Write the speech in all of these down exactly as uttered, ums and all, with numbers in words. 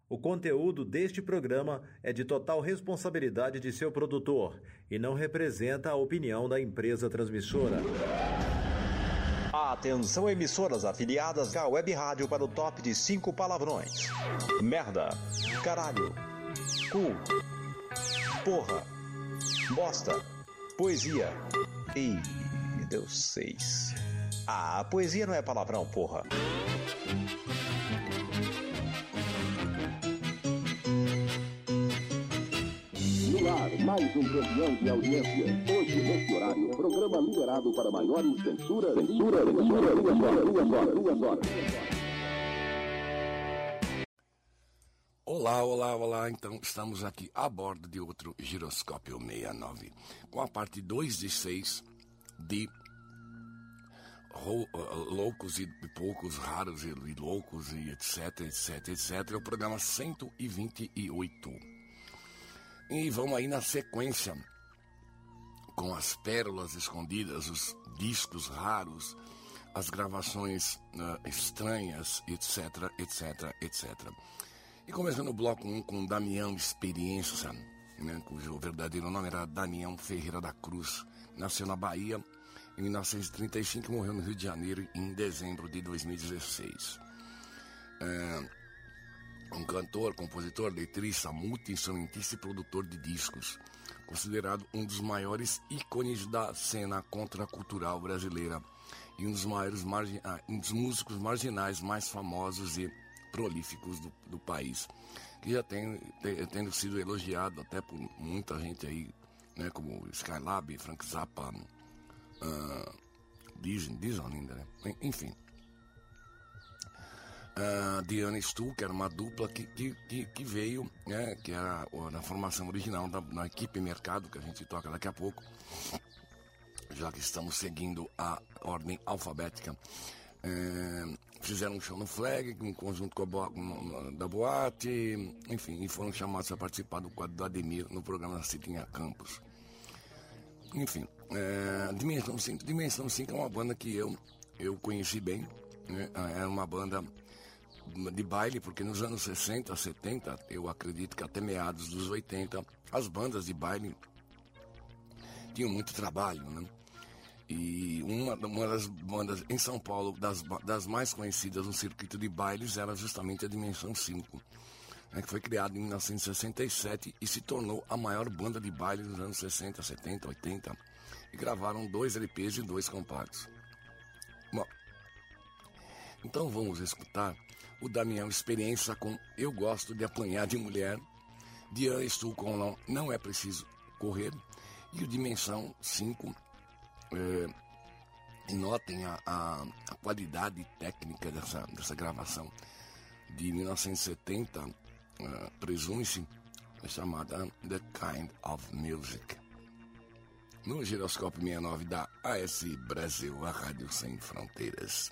O conteúdo deste programa é de total responsabilidade de seu produtor e não representa a opinião da empresa transmissora. Atenção, emissoras afiliadas à Web Rádio para o top de cinco palavrões: merda, caralho, cu, porra, bosta, poesia e deu seis. Ah, poesia não é palavrão, porra. No ar, mais um campeão de audiência. Hoje, neste horário, programa liberado para maiores censura, censura, censura, duas horas, duas horas, duas horas. Olá, olá, olá, então estamos aqui a bordo de outro Giroscópio sessenta e nove, com a parte dois de seis de loucos e poucos, raros e loucos e etc, etc, etc, é o programa cento e vinte e oito. E vamos aí na sequência com as pérolas escondidas, os discos raros, as gravações uh, estranhas, etc, etc, etcétera. E começando o bloco um com Damião Experiência, né, cujo verdadeiro nome era Damião Ferreira da Cruz. Nasceu na Bahia em mil novecentos e trinta e cinco e morreu no Rio de Janeiro em dezembro de dois mil e dezesseis. Uh, Um cantor, compositor, letrista, multi-instrumentista e produtor de discos, considerado um dos maiores ícones da cena contracultural brasileira e um dos maiores margin... ah, um dos músicos marginais mais famosos e prolíficos do, do país, que já tem, tem tendo sido elogiado até por muita gente aí, né, como Skylab, Frank Zappa, uh, Disney, Disney ainda, né? Enfim. Uh, Diana Stu, que era uma dupla que, que, que, que veio, né, que era na formação original da, da equipe Mercado, que a gente toca daqui a pouco, já que estamos seguindo a ordem alfabética. Uh, fizeram um show no Flag, em conjunto com a Bo- da Boate, enfim, e foram chamados a participar do quadro do Ademir no programa da Citinha Campos. Enfim, uh, Dimensão cinco, Dimensão cinco é uma banda que eu, eu conheci bem, né? Era uma banda de baile, porque nos anos sessenta, setenta, eu acredito que até meados dos oitenta, as bandas de baile tinham muito trabalho, né? E uma, uma das bandas em São Paulo, das, das mais conhecidas no circuito de bailes, era justamente a Dimensão cinco, né, que foi criada em mil novecentos e sessenta e sete e se tornou a maior banda de baile dos anos sessenta, setenta, oitenta, e gravaram dois L Ps e dois compactos. Bom, então vamos escutar o Damião Experiência com Eu Gosto de Apanhar de Mulher, Diana Estou com Não, Não É Preciso Correr, e o Dimensão cinco. É, notem a, a, a qualidade técnica dessa, dessa gravação de mil novecentos e setenta, uh, presume-se, é chamada The Kind of Music. No Giroscópio sessenta e nove da A S Brasil, a Rádio Sem Fronteiras.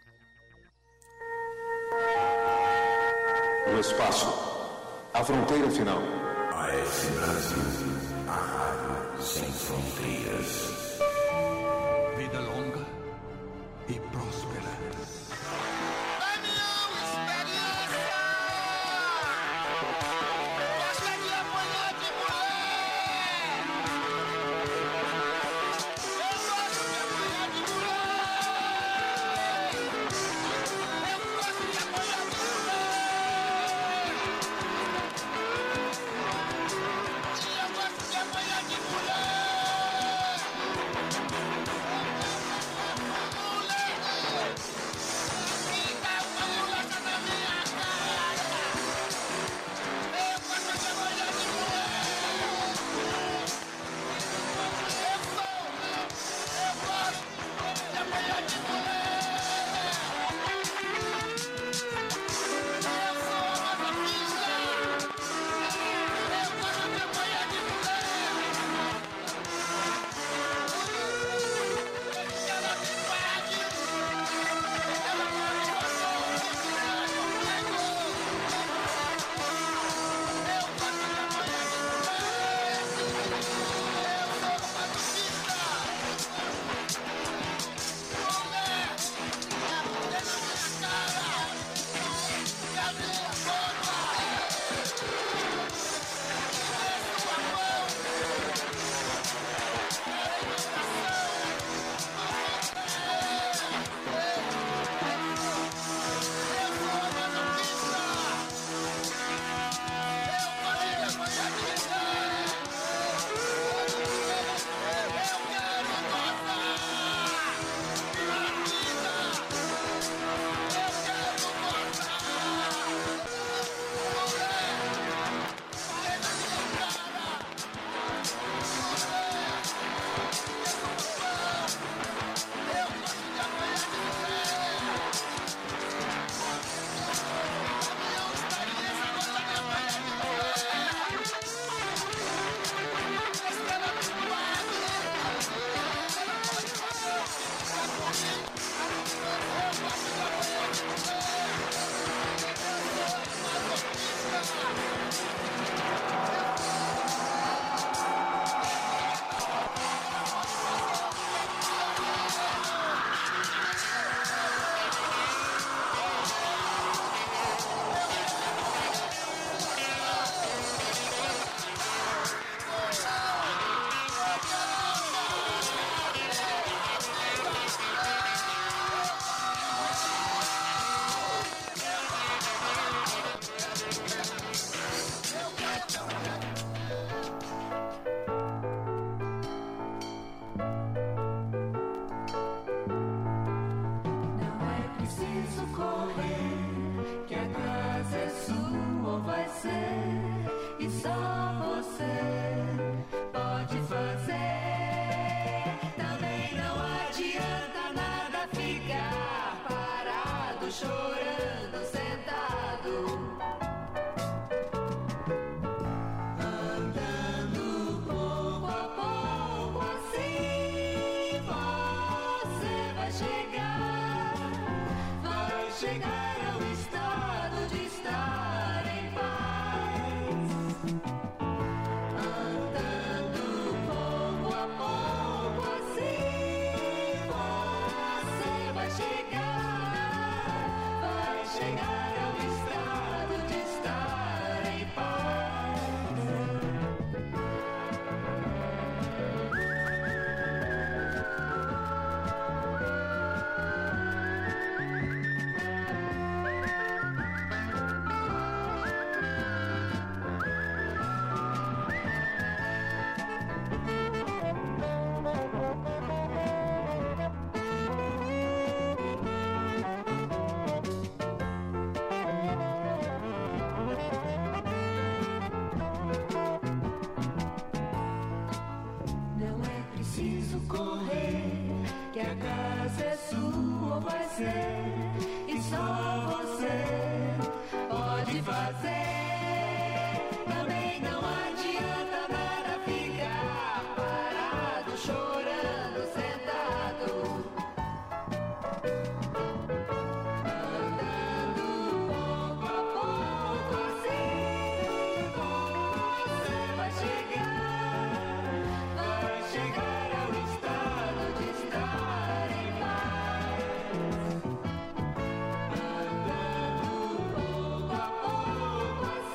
No espaço, a fronteira final. A S Brasil, a Rádio Sem Fronteiras. Vida longa e próspera. Damião Experiência! Gosta de apanhar de mulher! Eu gosto de apanhar de mulher! Eu gosto de apanhar de mulher! Eu gosto de apanhar de mulher! correr, que a casa é sua ou vai ser, e só você pode fazer. Também não adianta nada ficar parado, chorando, sentado, andando pouco a pouco, assim você vai chegar, vai chegar ao estado de estar em paz. Andando pouco a pouco,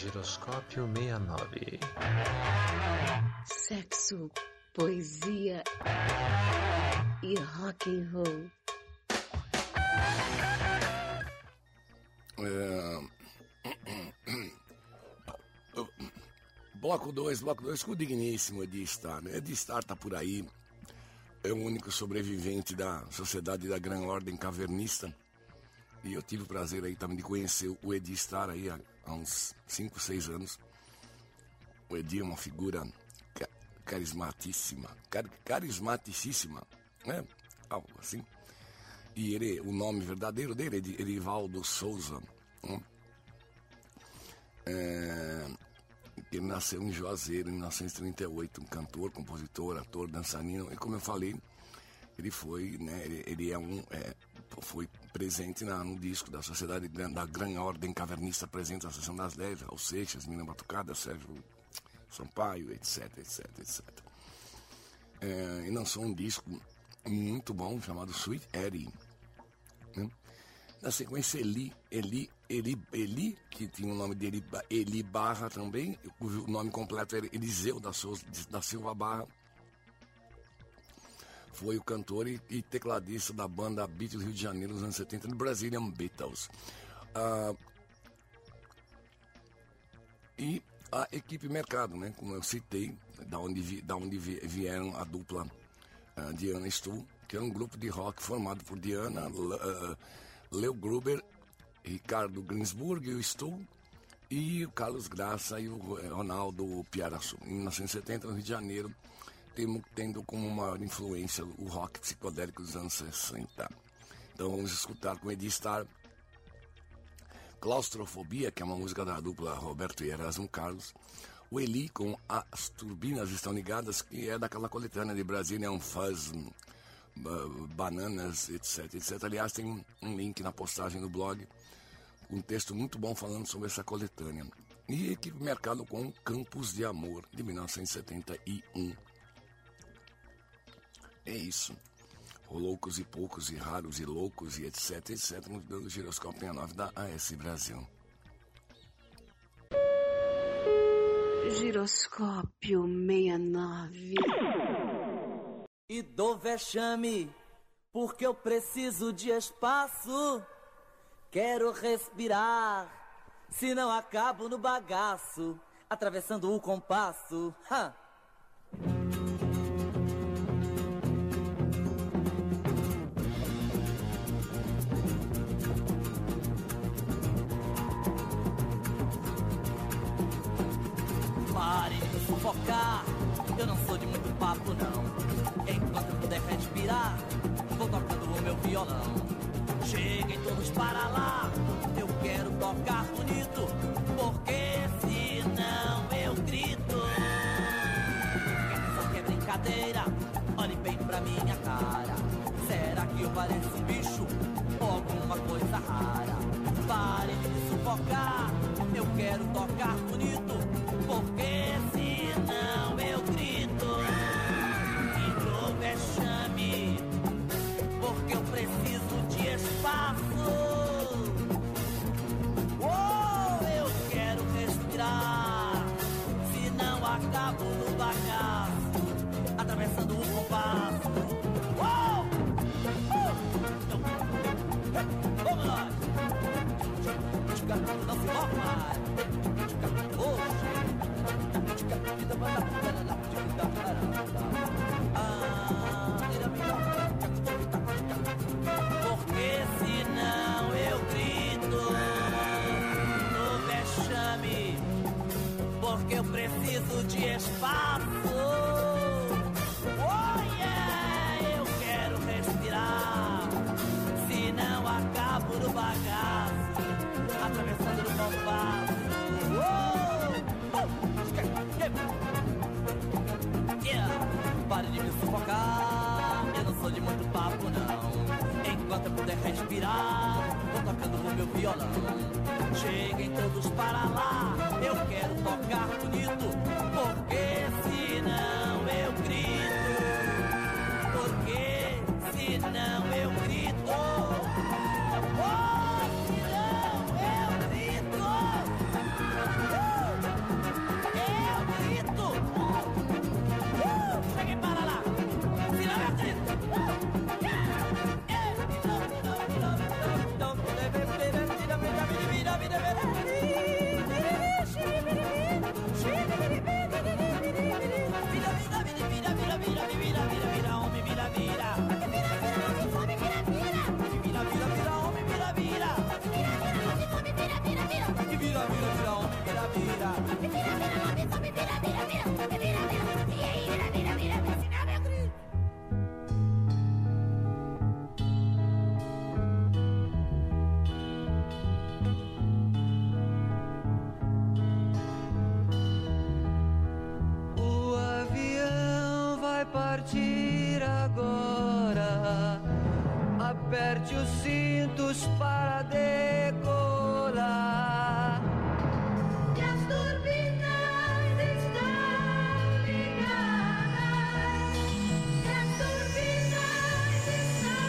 Giroscópio sessenta e nove. Sexo, poesia e rock and roll. É... Bloco dois, bloco dois com o digníssimo Edistar. Né? Edistar tá por aí, é o único sobrevivente da Sociedade da Gran Ordem Cavernista. E eu tive o prazer aí também de conhecer o Edistar aí há, há uns cinco, seis anos. O Edi é uma figura ca carismatíssima, car carismaticíssima, né? Algo assim. E ele, o nome verdadeiro dele é Edivaldo Souza. Né? É... Ele nasceu em Juazeiro em mil novecentos e trinta e oito, um cantor, compositor, ator, dançarino. E como eu falei, ele foi, né, ele, ele é um, é, foi presente na, no disco da Sociedade da Gran Ordem Cavernista, presente na Sessão das dez, Raul Seixas, Mina Batucada, Sérgio Sampaio, etc, etc, etcétera. É, e lançou um disco muito bom chamado Sweet Eddie. Né? Na sequência, Eli, Eli, Eli, Eli, que tinha o nome dele, Eli Barra também, cujo nome completo era Eliseu da, Souza, da Silva Barra. Foi o cantor e, e tecladista da banda Beatles Rio de Janeiro nos anos setenta, do Brazilian Beatles. Ah, e a equipe Mercado, né, como eu citei, da onde, vi, da onde vieram a dupla uh, Diana Stu, que é um grupo de rock formado por Diana, uh, Leo Gruber, Ricardo Greensburg e o Stu, e o Carlos Graça e o Ronaldo Piaraçu. Em mil novecentos e setenta, no Rio de Janeiro, tendo como maior influência o rock psicodélico dos anos sessenta. Então vamos escutar com Edistar Claustrofobia, que é uma música da dupla Roberto e Erasmo Carlos. O Eli com As Turbinas Estão Ligadas, que é daquela coletânea de Brazilian Fuzz, uh, Bananas, etc, etcétera. Aliás, tem um link na postagem do blog, um texto muito bom falando sobre essa coletânea. E equipe Mercado com Campos de Amor, de mil novecentos e setenta e um. É isso. Loucos e poucos e raros e loucos e etc, etc, no Giroscópio sessenta e nove da A S Brasil. Giroscópio sessenta e nove. E dou vexame, porque eu preciso de espaço. Quero respirar, senão acabo no bagaço, atravessando o compasso. Ha! Pare de sufocar, eu não sou de muito papo não. Enquanto eu puder respirar, vou tocando o meu violão. Cheguem todos para lá, eu quero tocar bonito, porque senão eu grito. Quem pensa que é brincadeira, olhe bem pra minha cara. Será que eu pareço um bicho ou alguma coisa rara? Pare de me sufocar, eu quero tocar bonito, porque senão eu grito. E dou vexame, porque eu preciso de espaço. Oh, eu quero respirar, senão acabo no bagaço, atravessando o compasso. Oh! Oh! Vamos lá! Não se morre mais! Porque senão eu grito no vexame, porque eu preciso de espaço. Oh yeah, eu quero respirar, senão acabo no bagaço, atravessando no compasso. Yeah. Pare de me sufocar, eu não sou de muito papo não. Enquanto eu puder respirar, vou tocando o meu violão. Cheguem todos para lá, eu quero tocar bonito, porque senão eu grito. Porque senão eu grito. Oh, senão eu grito. vira, vira, vira, on, vira, vira. Me vira, vira, lobisomem, me vira, vira, vira. Me vira, vira, e aí, vira, vira, vira, me ensina meu grito. O avião vai partir agora. Aperte os cintos para decolar. E as turbinas estão ligadas. E as turbinas estão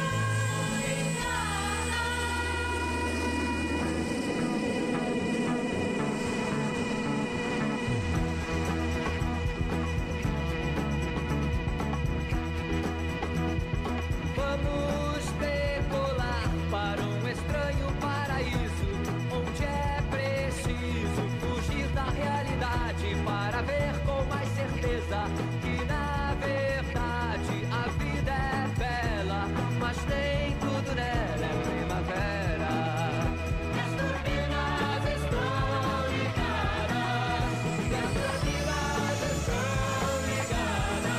Vamos decolar para um estranho paraíso, onde é preciso fugir da realidade para ver com mais certeza que na verdade a vida é bela, mas nem tudo nela é primavera. E as turbinas estão ligadas. E as turbinas estão ligadas.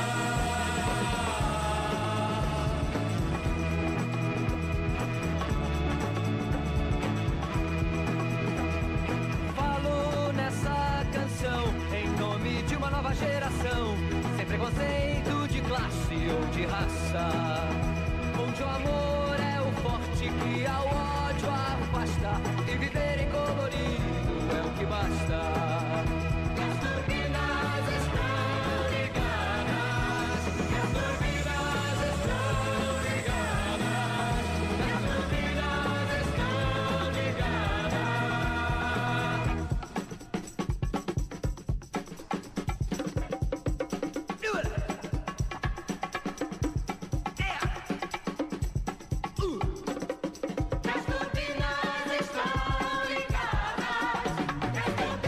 Falo nessa canção em nome de uma nova geração, sem preconceito de classe ou de raça, onde o amor é o forte que ao ódio afasta, e viver em colorido é o que basta. E as turbinas estão ligadas. E as turbinas estão ligadas. E as turbinas estão ligadas. As turbinas estão ligadas.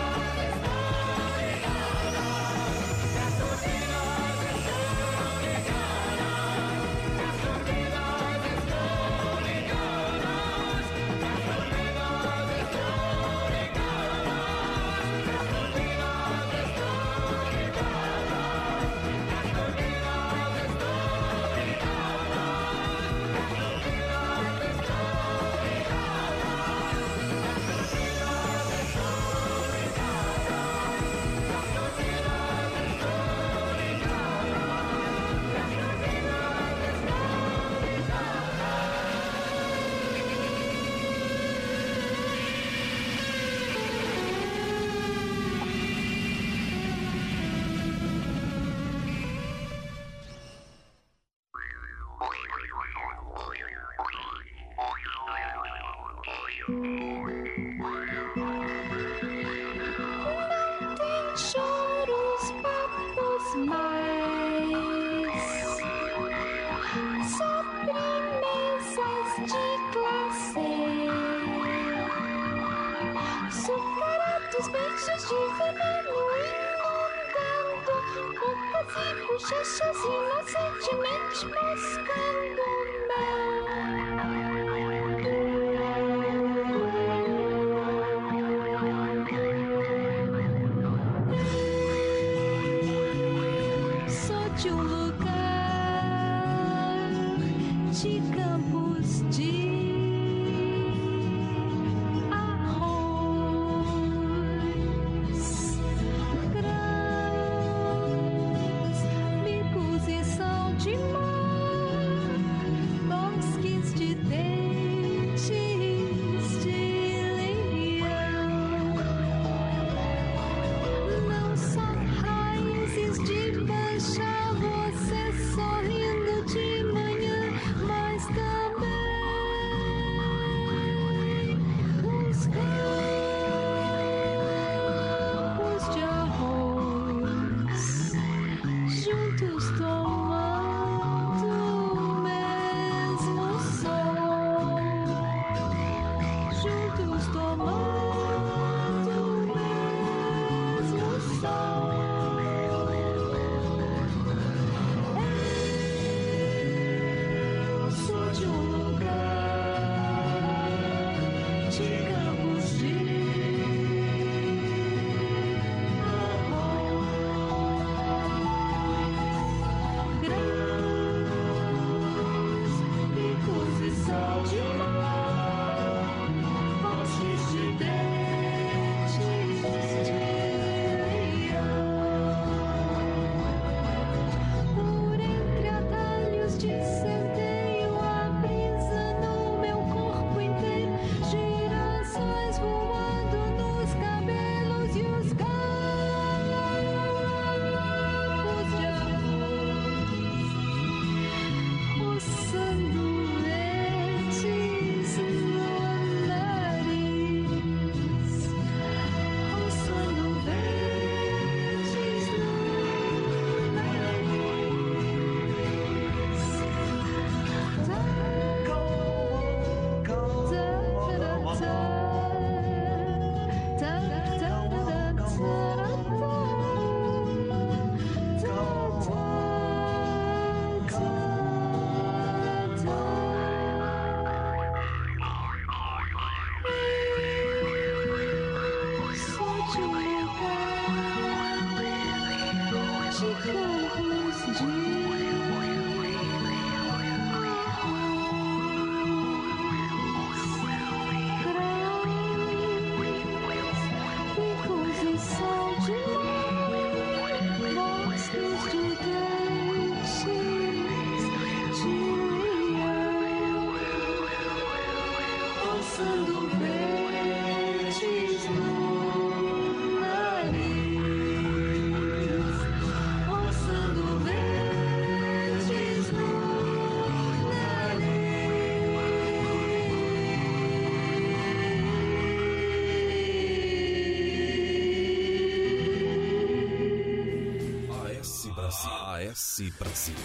bochechas inocentemente moscando mel. Sou de um lugar de campos de de mar, Brasil. A S Brasil.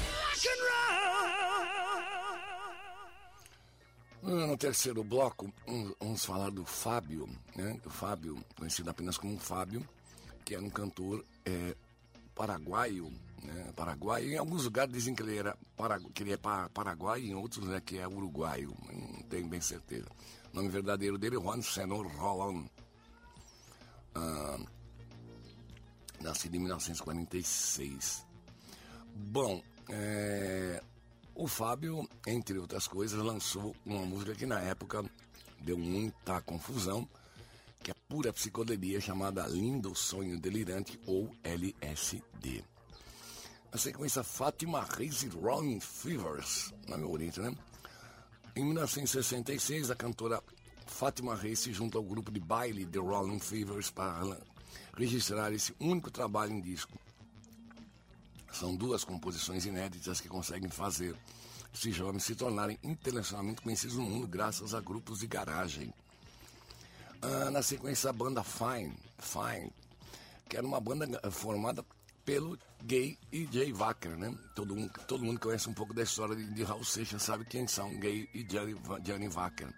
No terceiro bloco, vamos falar do Fábio, né? O Fábio, conhecido apenas como Fábio, que era um cantor é, paraguaio, né? Paraguaio. Em alguns lugares dizem que ele era paragu... que ele é paraguaio, em outros é que é uruguaio. Não tenho bem certeza. O nome verdadeiro dele é Juan Senor Roland. Ah, nascido em mil novecentos e quarenta e seis. Bom, é... o Fábio, entre outras coisas, lançou uma música que na época deu muita confusão, que é pura psicodelia, chamada Lindo Sonho Delirante, ou L S D. Na sequência, Fátima Reis Rolling Fevers, nome bonito, né? Em mil novecentos e sessenta e seis, a cantora Fátima Reis se junta ao grupo de baile The Rolling Fevers para registrar esse único trabalho em disco. São duas composições inéditas que conseguem fazer esses jovens se tornarem internacionalmente conhecidos no mundo graças a grupos de garagem. Ah, na sequência, a banda Fine, Fine, que era uma banda formada pelo Gay e Jay Wacker, né? Todo mundo, todo mundo conhece um pouco da história de, de Raul Seixas, sabe quem são Gay e Johnny Wacker.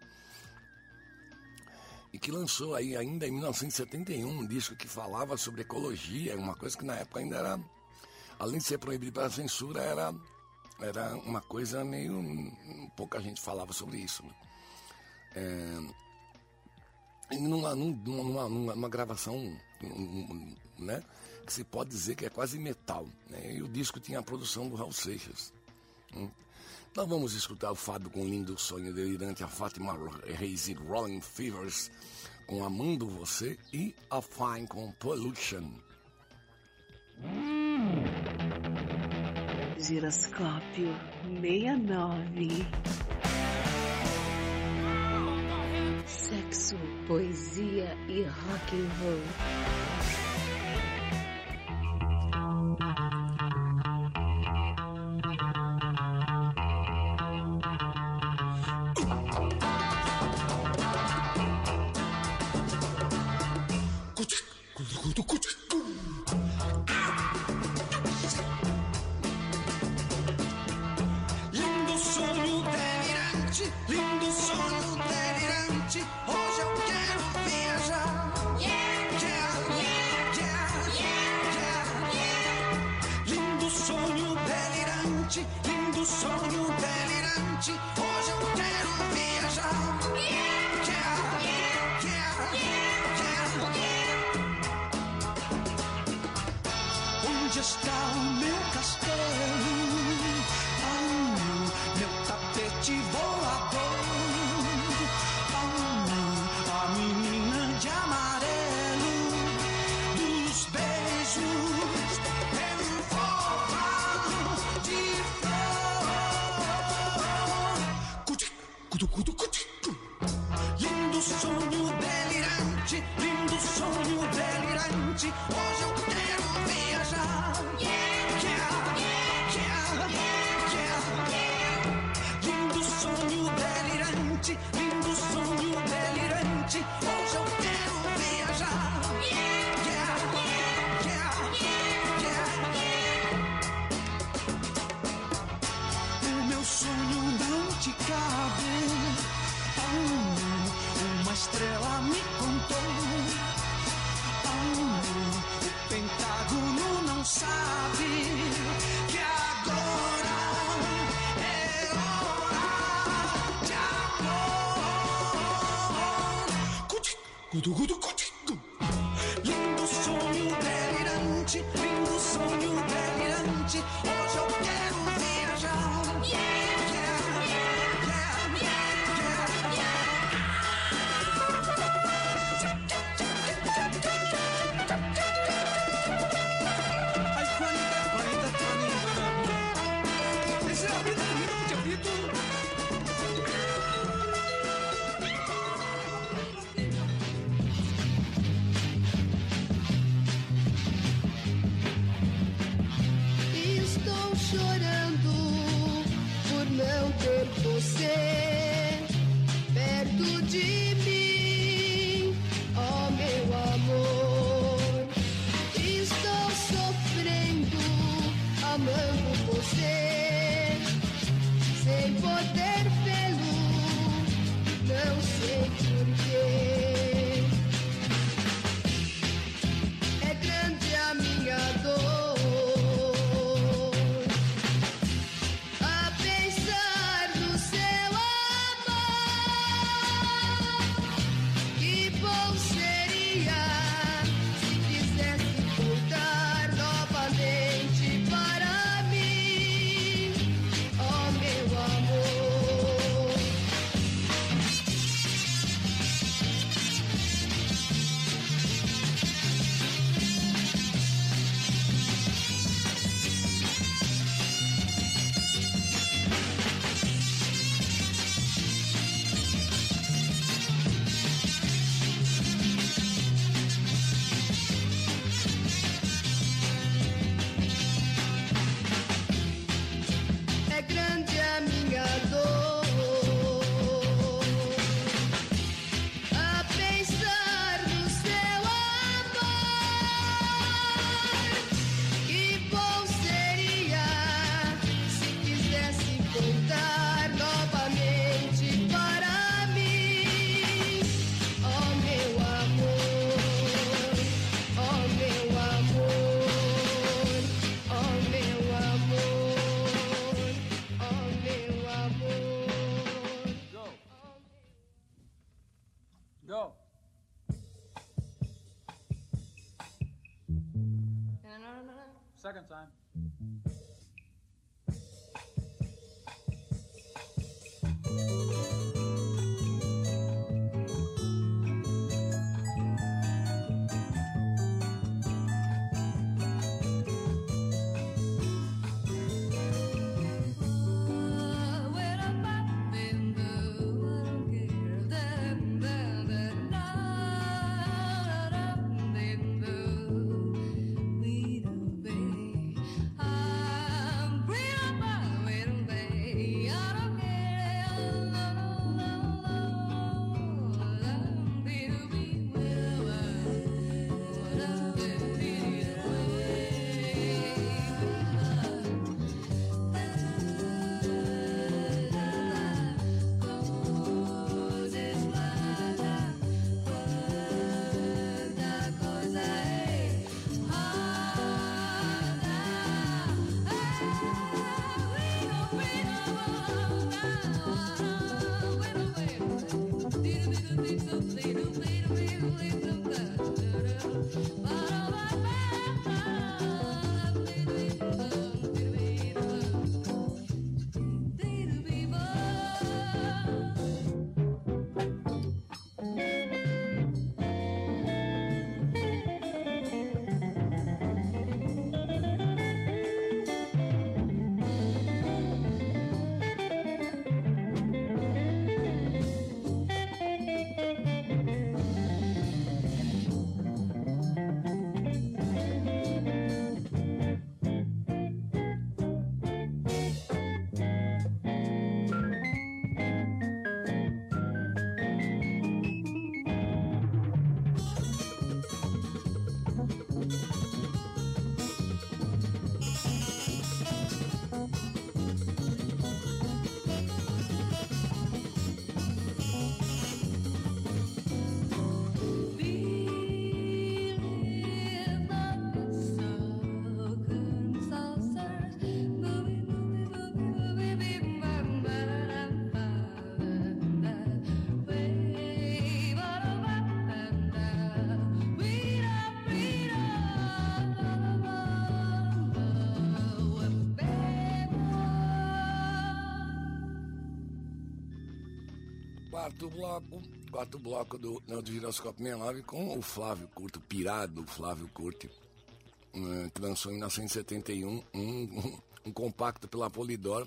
E que lançou aí ainda em mil novecentos e setenta e um um disco que falava sobre ecologia, uma coisa que na época ainda era, além de ser proibido pela censura, era, era uma coisa meio... pouca gente falava sobre isso. Né? É, numa, numa, numa, numa gravação, né, que se pode dizer que é quase metal. Né? E o disco tinha a produção do Raul Seixas. Hum. Então vamos escutar o Fábio com Lindo Sonho Delirante, a Fátima Reis Rolling Fevers com Amando Você e a Fine com Pollution. Giroscópio sessenta e nove. Sexo, poesia e rock and roll. Lindo sonho delirante, lindo sonho delirante. Hoje eu quero viajar. Yeah, yeah, yeah, yeah, yeah, yeah. Lindo sonho delirante, lindo sonho delirante. Hoje eu quero viajar. Yeah, yeah, yeah, yeah, yeah, yeah. Onde está o meu castelo? Oh, meu tapete voador. Oh, a menina de amarelo dos beijos em forma de flor. Cuti, cutu, cutu, cuti. Lindo sonho delirante, lindo sonho delirante. Hoje eu quero viajar. Yeah, yeah, yeah, yeah, yeah. Lindo sonho delirante, lindo sonho delirante. Hoje eu quero viajar. Yeah, yeah, yeah, yeah, yeah. O meu sonho não te cabe. Oh, uma estrela me contou. Oh, o Pentágono não sabe que agora é hora de amor. Cuti, cutu, cutu, cuti. Lindo sonho delirante, lindo sonho delirante. Hoje eu quero viajar. Yeah, yeah, yeah, yeah, yeah, yeah. Ai, Juanita, Juanita, Juanita. Esse é a vida do meu diablito. second time. Quarto bloco, quarto bloco do, do Giroscópio sessenta e nove com o Flávio Curto, pirado Flávio Curto, um, que lançou em mil novecentos e setenta e um um, um, um compacto pela Polydor,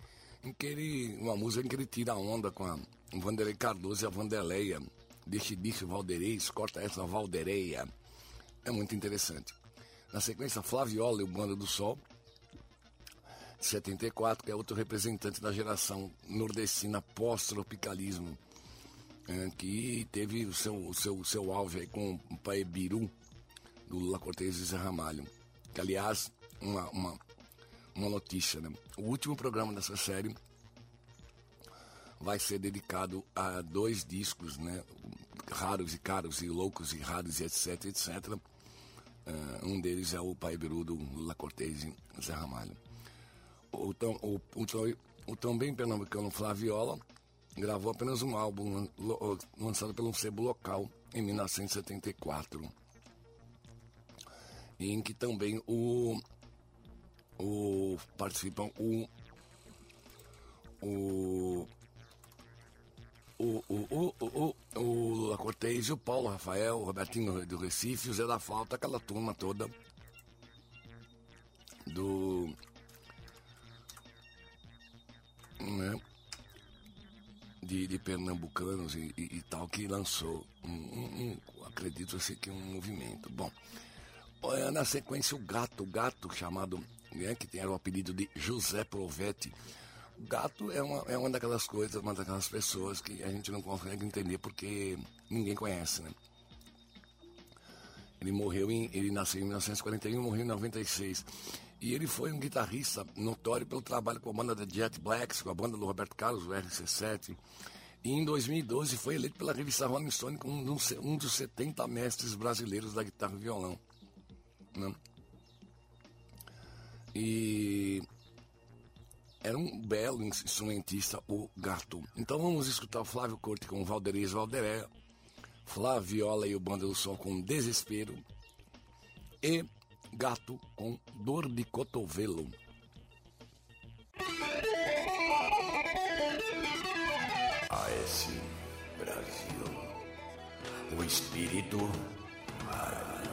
em que ele, uma música em que ele tira a onda com a Vanderlei Cardoso e a Vanderleia. Deixe bicho Valdereis, corta essa Valdereia. É muito interessante. Na sequência, Flaviola e o Banda do Sol, de setenta e quatro, que é outro representante da geração nordestina pós-tropicalismo, é, que teve o seu, o seu, o seu auge aí com o Paebiru, do Lula Cortez e Zé Ramalho. Que, aliás, uma, uma, uma notícia, né? O último programa dessa série vai ser dedicado a dois discos, né? Raros e caros, e loucos e raros, e etc, etcétera. Uh, um deles é o Paebiru, do Lula Cortez e Zé Ramalho. O, o, o, o também pernambucano Flaviola gravou apenas um álbum lançado pelo sebo local em mil novecentos e setenta e quatro, em que também o, o participam o o o o o o, o Lula Cortez, o Paulo Rafael, o Robertinho do Recife, o Zé da Flauta, aquela turma toda do Né, de, de pernambucanos e, e, e tal, que lançou um, um, um, acredito assim que um movimento. Bom, na sequência o Gato, o Gato chamado, né, que tem o apelido de José Provetti. O Gato é uma, é uma daquelas coisas, uma daquelas pessoas que a gente não consegue entender porque ninguém conhece, né? Ele morreu em, ele nasceu em mil novecentos e quarenta e um, morreu em noventa e seis. E ele foi um guitarrista notório pelo trabalho com a banda da Jet Blacks, com a banda do Roberto Carlos, o R C sete. E em dois mil e doze foi eleito pela revista Rolling Stone como um, um dos setenta mestres brasileiros da guitarra e violão, né? E era um belo instrumentista, o Gato. Então vamos escutar o Flávio Corte com Valdereis Valderéia, Flaviola e o Banda do Sol com Desespero, e gato com dor de cotovelo. A S Brasil, o espírito rádio.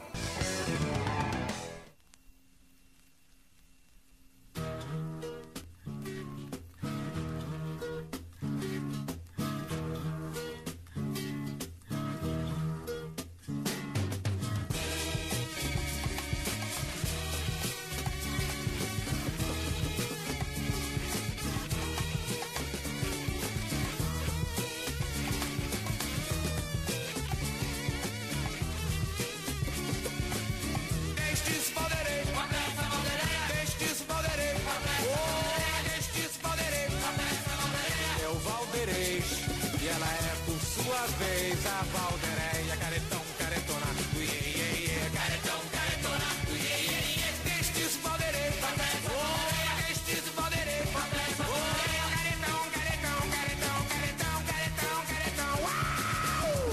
E ela é, por sua vez, a Valdereia, caretão, caretona, do iê, iê, iê, caretão, caretona, do iê, iê, iê, destes Valderei, oh, destes Valderei, oh, caretão, caretão, caretão, caretão, caretão, caretão, uau!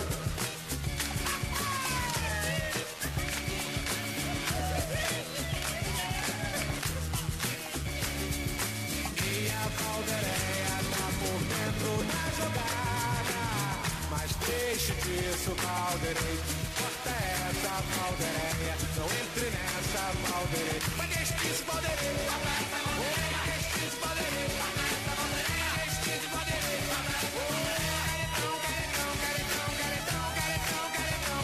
E a Valdereia tá por dentro da jogada, mas deixe disso, Valderei. Corta essa Valdereia, não entre nessa Valderei. Mas deixe disso, Valderei. Deixe disso, Valderei. Deixe disso, Valderei. Caretão, caretão, caretão, caretão, caretão, caretão.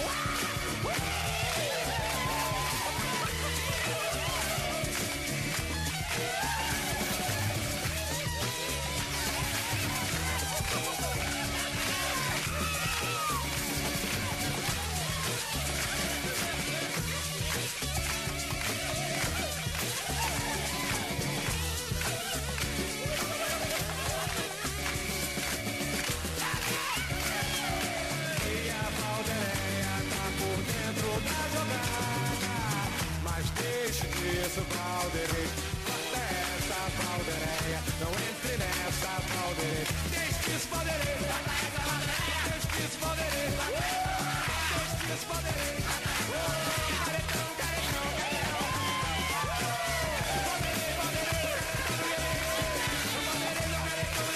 Deixe disso, Valderei. Corta essa Valdereia, não entre nessa Valderei. Deixe disso, Valderei. Deixe disso, Valderei. Deixe disso, Valderei. Caretão, caretão, caretão. Valderei, Valderei. Valderei, não caretão,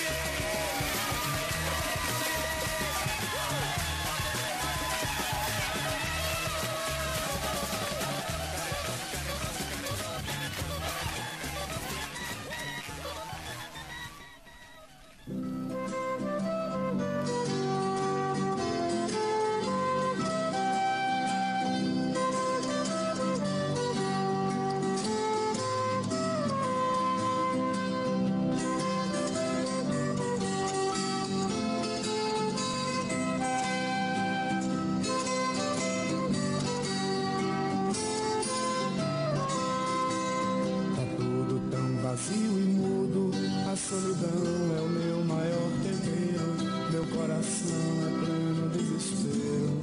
vazio e mudo, a solidão é o meu maior tempero, meu coração é pleno desespero.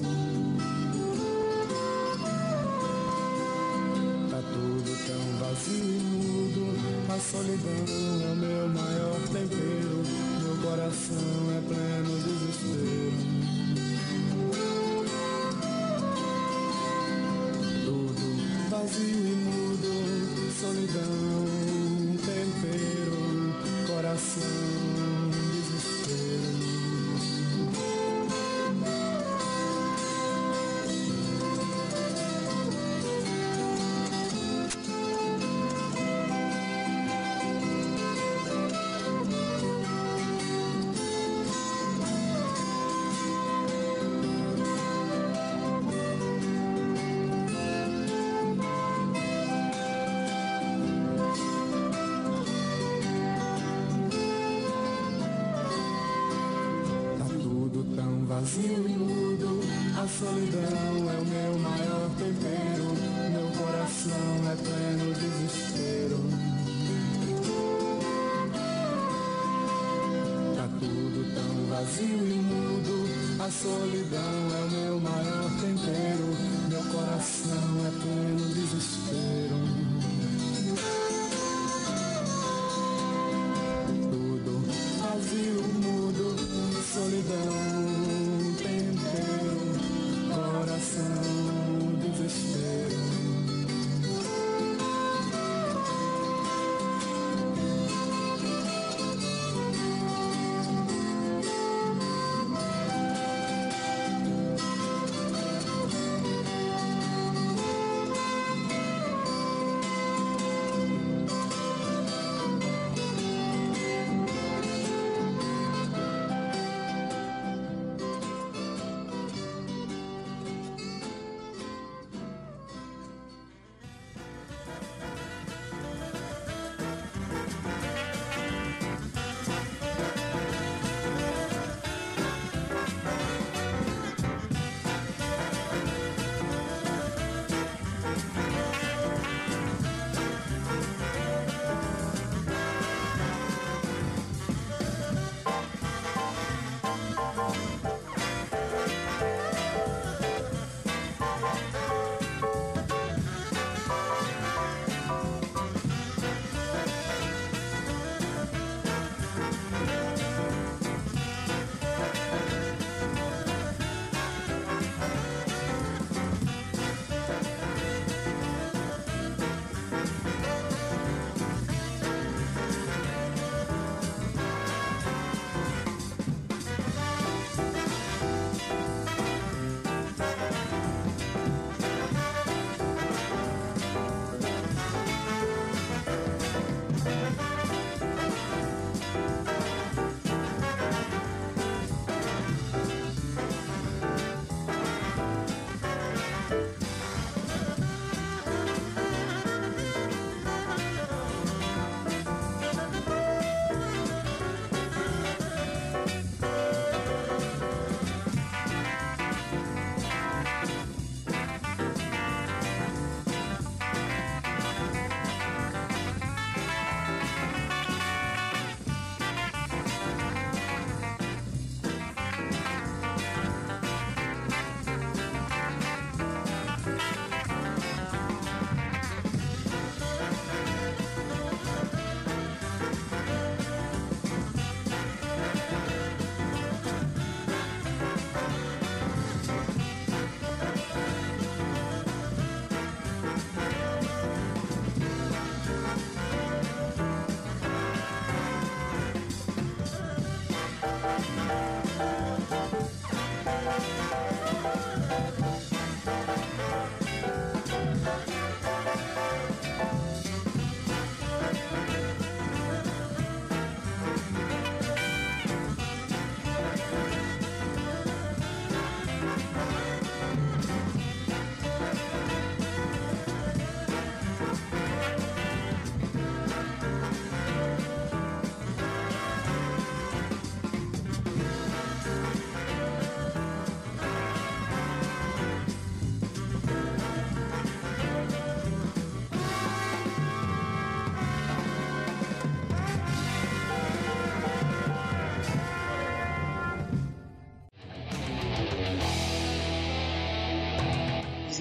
Tá tudo tão vazio e mudo, a solidão é o meu maior tempero, meu coração é pleno desespero. Tudo vazio e mudo, solidão, tempero, coração, desespero. Vazio e mudo, a solidão é o meu maior tempero, meu coração é pleno desespero. Tá tudo tão vazio e mudo, a solidão é o meu maior tempero, meu coração é pleno desespero. Tudo vazio e mudo, solidão, tempero, coração, desespero.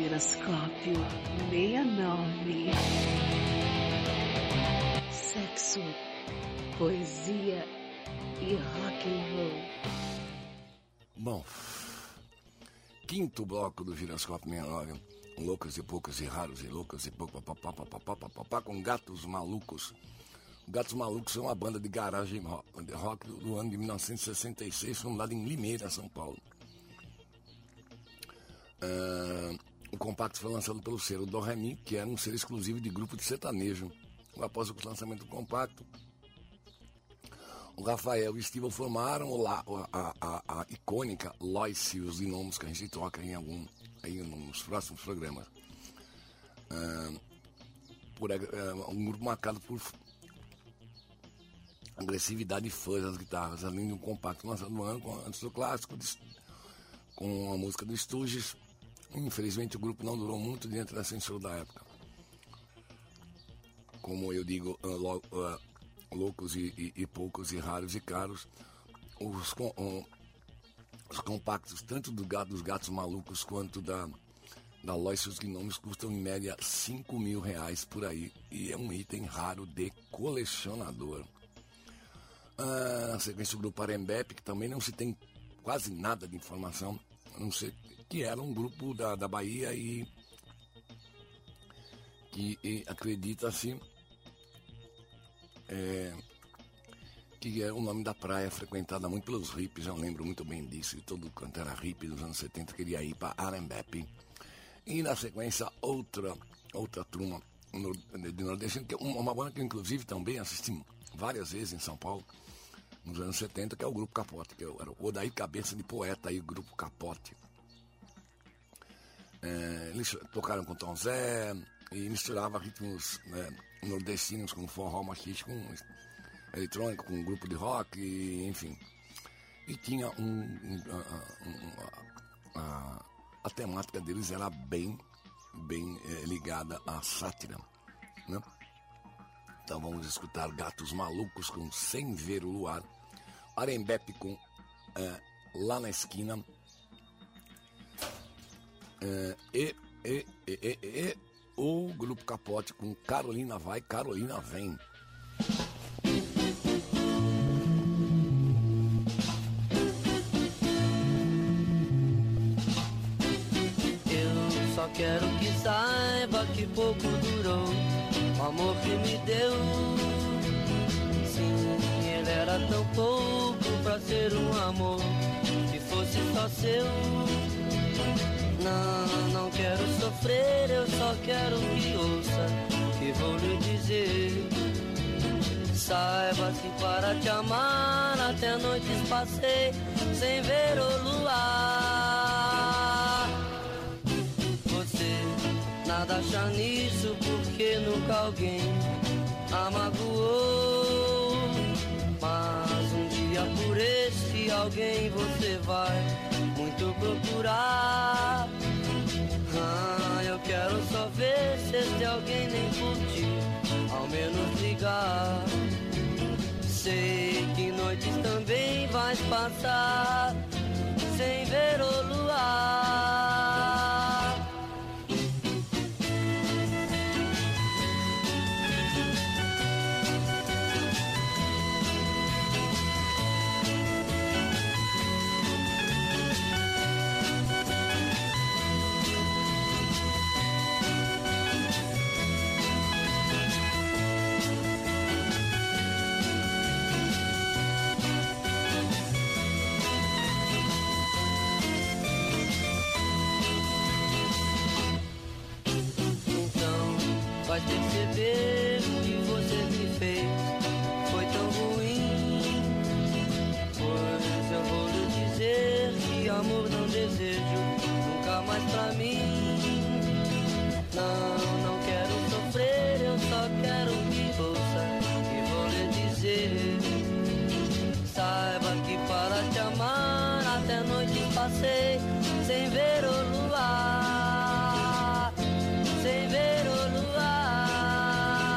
Giroscópio sessenta e nove. Sexo, poesia e rock and roll. Bom, quinto bloco do Giroscópio sessenta e nove. Loucas e poucas e raros e loucas e poucas, papapá, com Gatos Malucos. Gatos Malucos é uma banda de garagem rock do ano de mil novecentos e sessenta e seis, fundada em Limeira, São Paulo. Uh, o compacto foi lançado pelo selo Do Ré Mi, que era um selo exclusivo de grupo de sertanejo. Após o lançamento do compacto, o Rafael e o Estival formaram a, a, a, a icônica Loice, os nomes que a gente toca em algum, aí nos próximos programas. Uh, por, uh, um grupo marcado por agressividade e fuzz das guitarras, além de um compacto lançado no ano com, antes do clássico, de, com a música do Stooges. Infelizmente o grupo não durou muito dentro da censura da época. Como eu digo, uh, lo, uh, loucos e, e, e poucos e raros e caros, os, uh, os compactos, tanto do gato, dos Gatos Malucos quanto da, da Lois, os gnomos, custam em média cinco mil reais por aí, e é um item raro de colecionador. Uh, na sequência, o grupo Arembep, que também não se tem quase nada de informação, a não ser que era um grupo da, da Bahia e que e acredita-se é, que é o nome da praia frequentada muito pelos hippies. Eu lembro muito bem disso, e todo quanto era hippie dos anos setenta queria ir para Arembep. E na sequência, outra, outra turma de nordestino, que é uma banda que eu inclusive também assisti várias vezes em São Paulo nos anos setenta, que é o Grupo Capote, que era o Odair Cabeça de Poeta e o Grupo Capote. É, eles tocaram com Tom Zé e misturavam ritmos, né, nordestinos com forró machista, com eletrônico, com um grupo de rock, e, enfim. E tinha um, um, um, um a, a temática deles era bem, bem é, ligada à sátira, né? Então vamos escutar Gatos Malucos com Sem Ver o Luar, Arembep com é, Lá na Esquina, é, e, e, e, e, e o Grupo Capote com Carolina Vai, Carolina Vem. Eu só quero que saiba que pouco durou o amor que me deu. Sim, ele era tão pouco pra ser um amor que fosse só seu. Não, não quero sofrer, eu só quero que ouça o que vou lhe dizer. Saiba que para te amar até noites passei sem ver o luar. Você nada acha nisso porque nunca alguém a magoou. Mas um dia por este alguém você vai muito procurar. Ah, eu quero só ver se este alguém nem por ti ao menos ligar. Sei que noites também vais passar sem ver o luar. Vai perceber o que você me fez foi tão ruim. Pois eu vou lhe dizer que amor não desejo nunca mais pra mim. Não, não quero sofrer, eu só quero que ouça e vou lhe dizer. Saiba que para te amar até noite passei sem ver o luar. Sem ver o luar.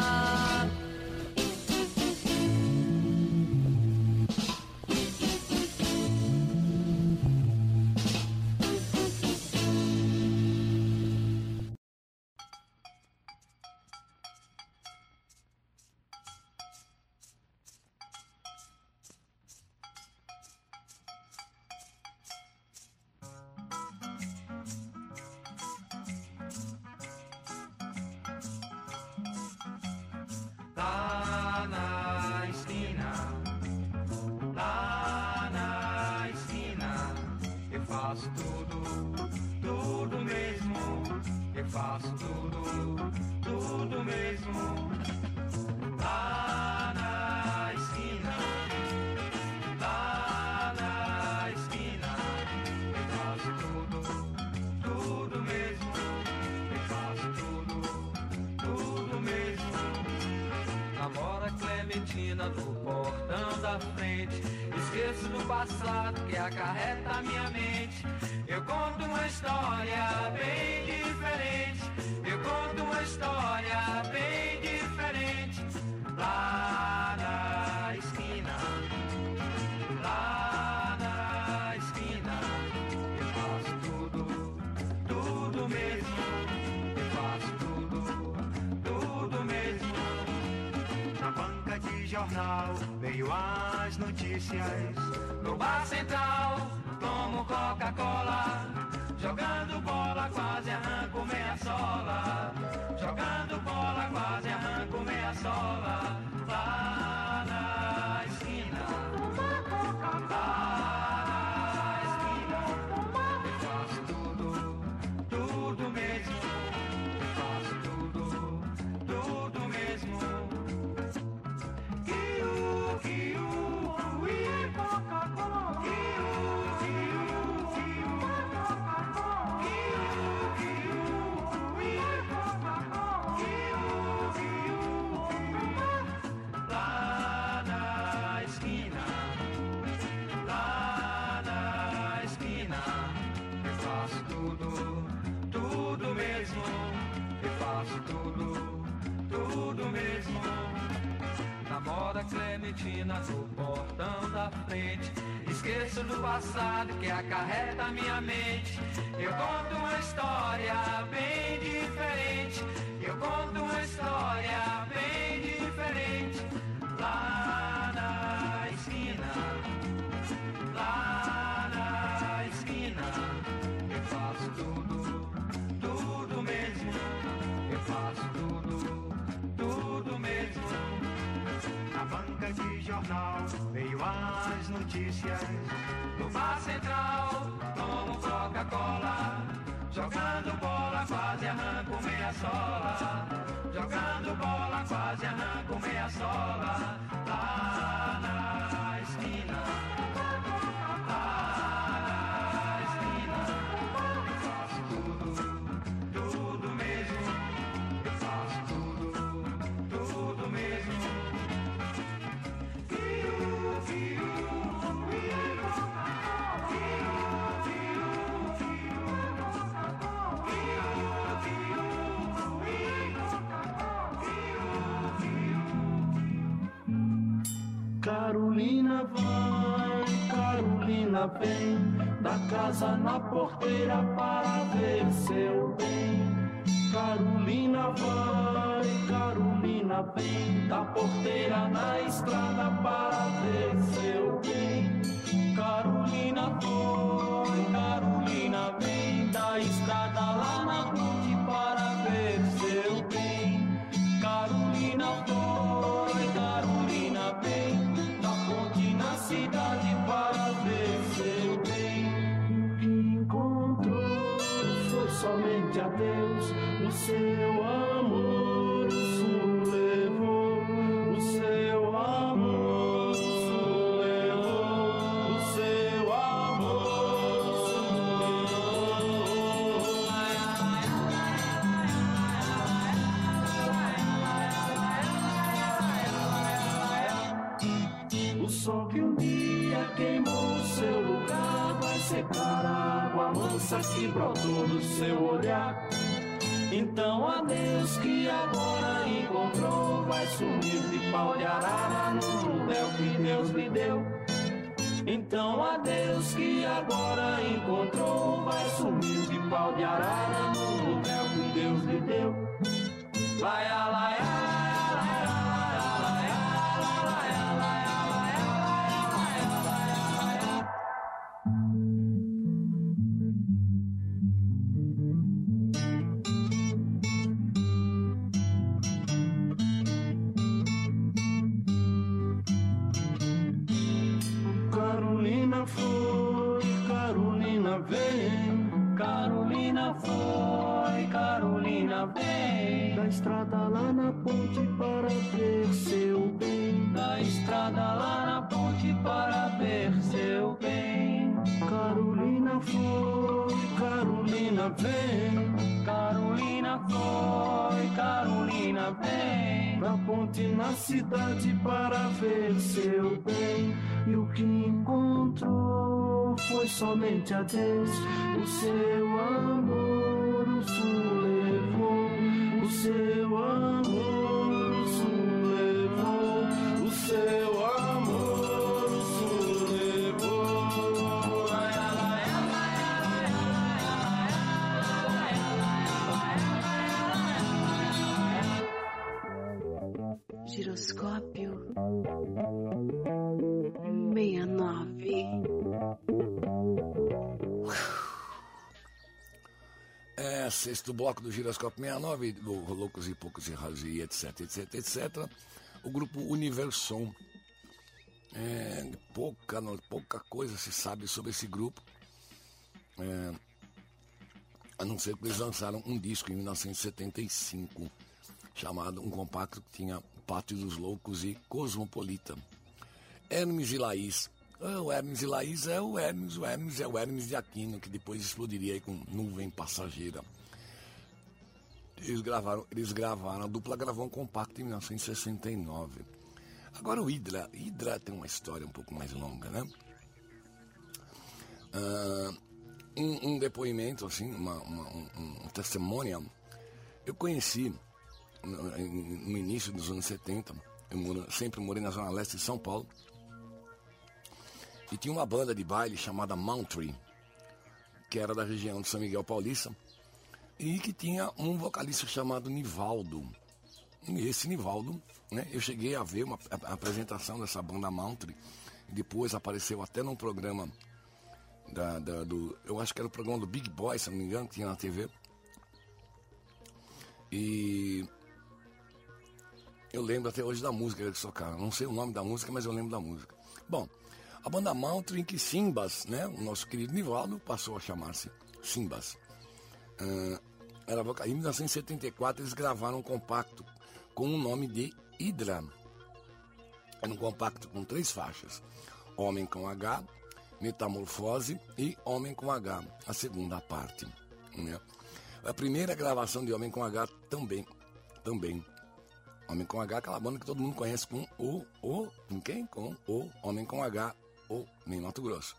faço tudo, tudo mesmo. Lá na esquina, lá na esquina, eu faço tudo, tudo mesmo. Eu faço tudo, tudo mesmo. Namora Clementina no portão da frente. Esqueço do passado que acarreta a minha mente. Eu conto uma história bem diferente. Eu conto uma história bem diferente. Lá na esquina, lá na esquina, eu faço tudo, tudo mesmo. Eu faço tudo, tudo mesmo. Na banca de jornal veio as notícias. No bar central tomo Coca-Cola. Jogando bola quase arranco meia sola. Jogando bola quase arranco meia sola. Lá na esquina, lá na esquina, eu faço tudo, tudo mesmo. Eu faço tudo, tudo mesmo. Kiu, kiu, ui, Coca-Cola. Kiu, kiu, kiu, Coca-Cola. Kiu, kiu, ui, Coca-Cola. Kiu, kiu, kiu. Lá na esquina, lá na esquina, eu faço tudo, tudo mesmo. Eu faço tudo, tudo mesmo. Namora Clementina no portão da frente. Esqueço do passado que acarreta a minha mente. Eu conto uma história bem diferente. Eu conto uma história bem diferente. Lá na esquina, lá na esquina, eu faço tudo, tudo mesmo. Eu faço tudo, tudo mesmo. Na banca de jornal veio as notícias. No bar central tomo Coca-Cola. Jogando bola quase arranco meia sola. Jogando bola quase arranco meia sola. Lá na esquina, lá na esquina, eu faço tudo, tudo mesmo. Eu faço tudo, tudo mesmo. Kiu, kiu, ui, Coca-Cola. Kiu, kiu, kiu, Coca-Cola. Kiu, kiu, ui, Coca-Cola. Kiu, kiu. Carolina vai, Carolina vem, da casa na porteira para ver seu bem. Carolina vai, Carolina vem, da porteira na estrada para ver seu bem. Carolina foi, Carolina vem, da estrada lá na ponte para ver seu bem. Carolina foi, Carolina vem, da ponte na cidade para ver seu bem. O que encontrou foi somente a Deus, o seu amor o levou, o seu amor o levou, o seu amor o levou. O sol que um dia queimou o seu lugar vai secar a água mansa que brotou do seu olhar. Então a Deus que agora encontrou vai sumir de pau de arara no mundel que Deus lhe deu. Então a Deus que agora encontrou vai sumir de pau de arara no mundel que Deus lhe deu. Laia, laia. Carolina foi, Carolina vem. Carolina foi, Carolina Carolina vem. Da estrada lá na ponte para ver seu bem. Da estrada lá na ponte para ver seu bem. Carolina foi, Carolina vem. Carolina foi, Carolina vem. Da ponte na cidade para ver seu bem. E o que encontrou foi somente a Deus. O seu amor o sul levou. O seu amor o sul levou. O seu amor o sul levou. Ai, ai, ai, giroscópio meia nove. É, sexto bloco do Giroscópio sessenta e nove, do Loucos e Poucos e Raros e etc, etc, etcétera. O grupo Universom. É, pouca, pouca coisa se sabe sobre esse grupo. É, a não ser que eles lançaram um disco em mil novecentos e setenta e cinco, chamado, um compacto que tinha Pátio dos Loucos e Cosmopolita. Hermes e Laís. Ah, o Hermes e Laís é o Hermes, o Hermes é o Hermes de Aquino, que depois explodiria aí com Nuvem Passageira. Eles gravaram, eles gravaram, a dupla gravou um compacto em mil novecentos e sessenta e nove. Agora o Hydra, Hydra tem uma história um pouco mais longa, né? Ah, um, um depoimento, assim, uma, uma, um, um testemunho. Eu conheci no, no início dos anos setenta, eu moro, sempre morei na Zona Leste de São Paulo, e tinha uma banda de baile chamada Mountree, que era da região de São Miguel Paulista, e que tinha um vocalista chamado Nivaldo. E esse Nivaldo, né, eu cheguei a ver uma a, a apresentação dessa banda Mountree, e depois apareceu até num programa, da, da, do, eu acho que era o programa do Big Boy, se não me engano, que tinha na T V. E eu lembro até hoje da música que eles tocaram. Não sei o nome da música, mas eu lembro da música. Bom, a banda Mountree, em que Simbas, né, o nosso querido Nivaldo, passou a chamar-se Simbas. Uh, era, em mil novecentos e setenta e quatro eles gravaram um compacto com o nome de Hydra. Era um compacto com três faixas: Homem com H, Metamorfose e Homem com H, a segunda parte. Né? A primeira gravação de Homem com H também, também. Homem com H, aquela banda que todo mundo conhece com o, o, com quem? Com o Homem com H, o nem Mato Grosso.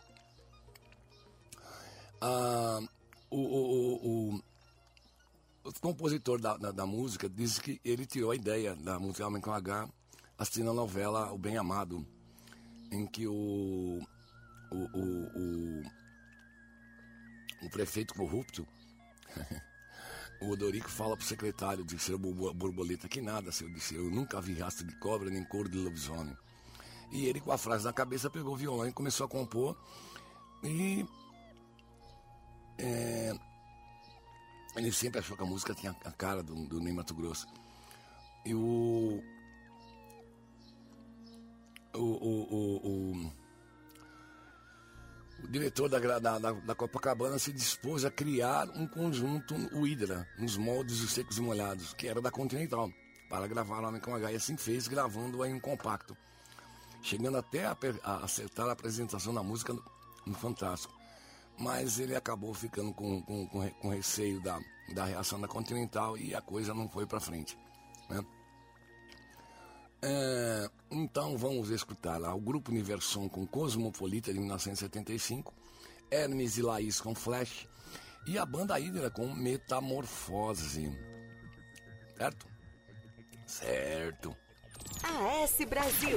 Ah, o, o, o, o compositor da, da, da música disse que ele tirou a ideia da música Homem com H assistindo a novela O Bem Amado, em que o, o, o, o, o prefeito corrupto o Odorico fala pro secretário de seu borboleta que nada, seu disse, eu nunca vi rastro de cobra nem cor de lobisomem. E ele, com a frase na cabeça, pegou o violão e começou a compor. E é, ele sempre achou que a música tinha a cara do, do Ney Mato Grosso. E o o, o, o, o, o diretor da, da, da, da Copacabana se dispôs a criar um conjunto, o Hydra, nos moldes dos Secos e Molhados, que era da Continental, para gravar o Homem com H, e assim fez, gravando aí um compacto, chegando até a, a acertar a apresentação da música no, no Fantástico. Mas ele acabou ficando com, com, com, com receio da, da reação da Continental e a coisa não foi para frente, né? É, então vamos escutar lá o Grupo Universom com Cosmopolita de mil novecentos e setenta e cinco, Hermes e Laís com Flash e a banda Hydra com Metamorfose. Certo? Certo. A S Brasil.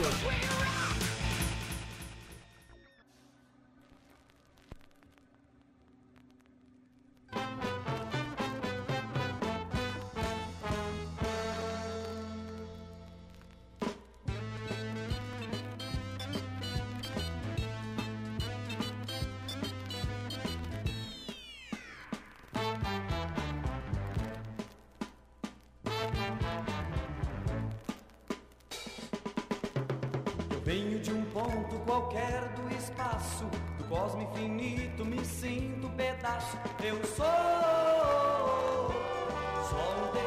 Venho de um ponto qualquer do espaço, do cosmo infinito, me sinto pedaço. Eu sou só um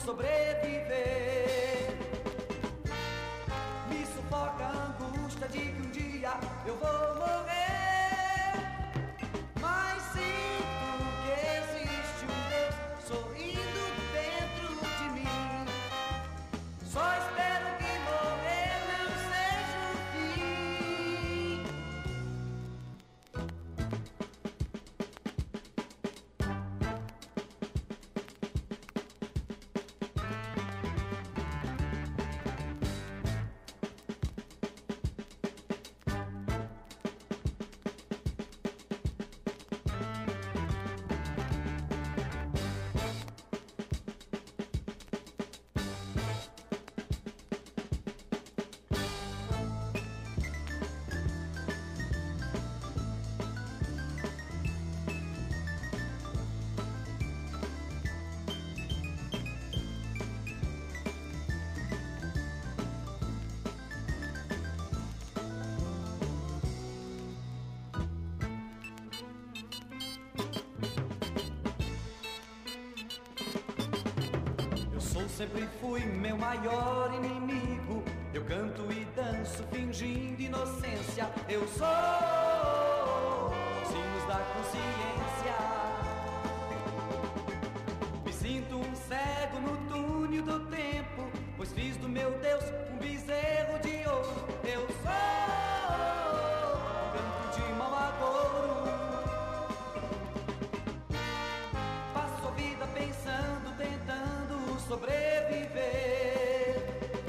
sobreviver. Me sufoca a angústia de que um dia eu vou morrer, mas sinto que existe um Deus sorrindo dentro de mim. Só espero que morrer não seja o fim. Sempre fui meu maior inimigo. Eu canto e danço fingindo inocência. Eu sou os hinos da consciência. Me sinto um cego no túnel do tempo, pois fiz do meu Deus um bezerro de ouro. Eu sou um canto de mau agouro. Passo a vida pensando, tentando sobreviver.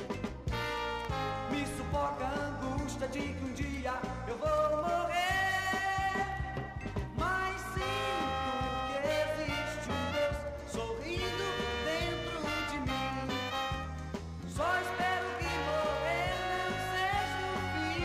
Me sufoca a angústia de que um dia eu vou morrer, mas sinto que existe um Deus sorrindo dentro de mim. Só espero que morrer não seja o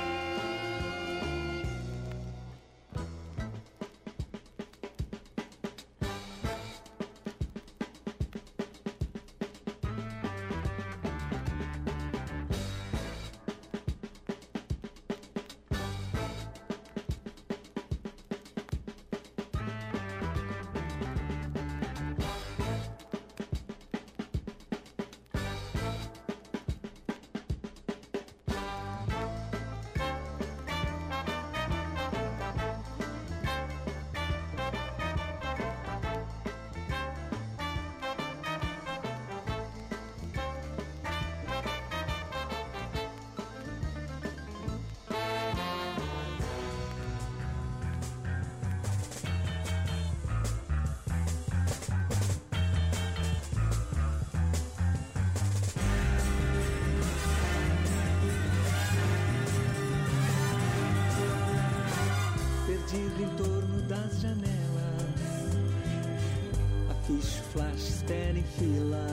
Em torno das janelas, aficho, flash, espera em fila.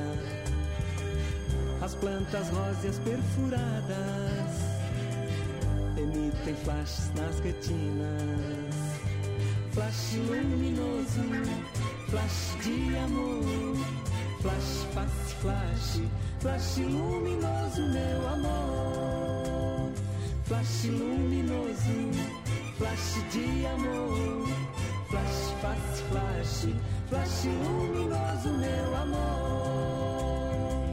As plantas róseas perfuradas emitem flashes nas retinas. Flash luminoso, flash de amor. Flash, face, flash, flash luminoso, meu amor. Flash luminoso, flash de amor, flash, face, flash, flash luminoso, meu amor.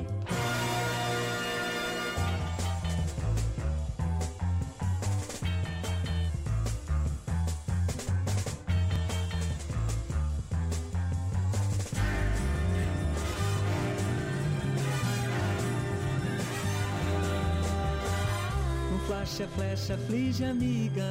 Um flash, a flecha, aflige amiga.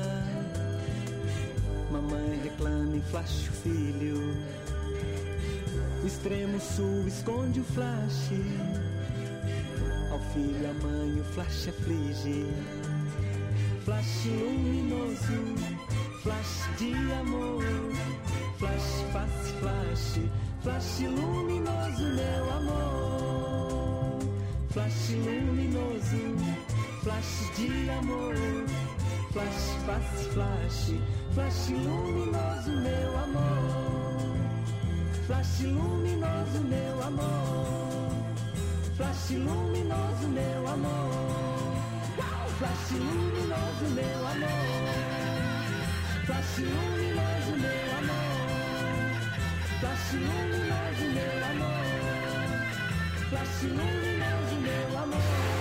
Mamãe reclama em flash o filho. O extremo sul esconde o flash. Ao filho a mãe o flash aflige. Flash luminoso, flash de amor. Flash, face, flash, flash luminoso, meu amor. Flash luminoso, flash de amor. Flash, face, flash, flash luminoso, meu amor. Flash luminoso, meu amor. Flash luminoso, meu amor. Flash luminoso, meu amor. Flash luminoso, meu amor. Flash luminoso, meu amor. flash luminoso, meu amor.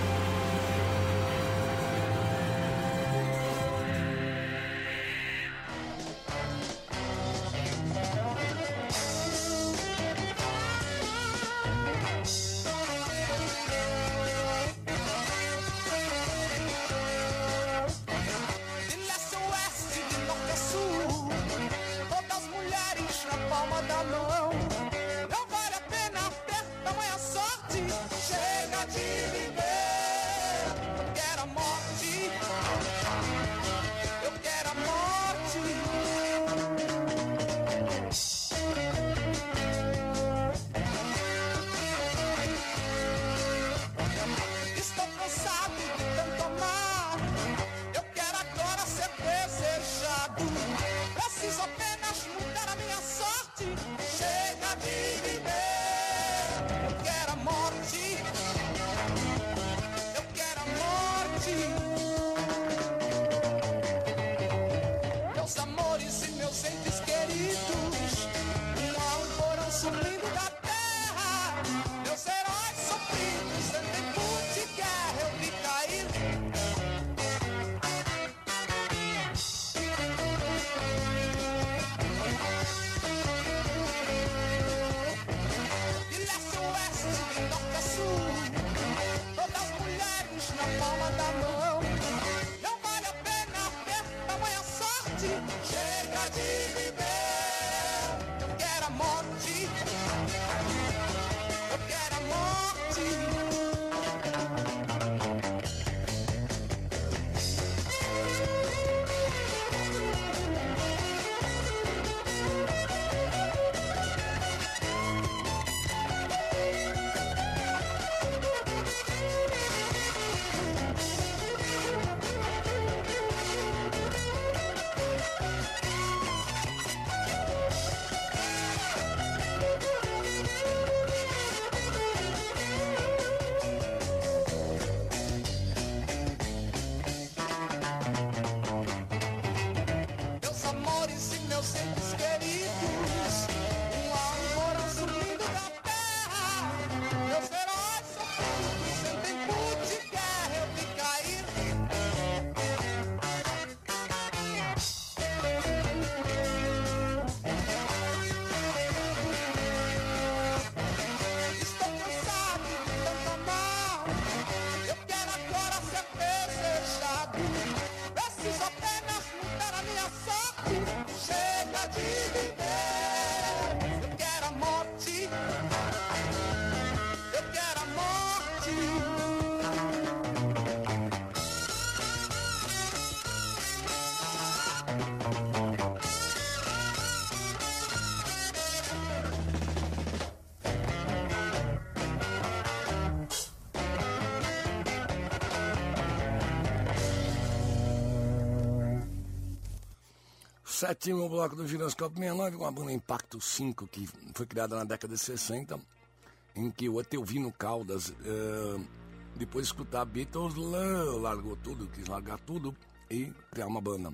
Sétimo bloco do Giroscópio sessenta e nove, com a banda Impacto cinco, que foi criada na década de sessenta, em que o Etelvino Caldas, uh, depois de escutar Beatles, largou tudo, quis largar tudo e criar uma banda.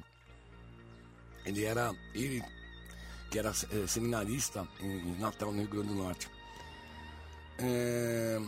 Ele era, ele que era é, seminarista em Natal, no Rio Grande do Norte. É...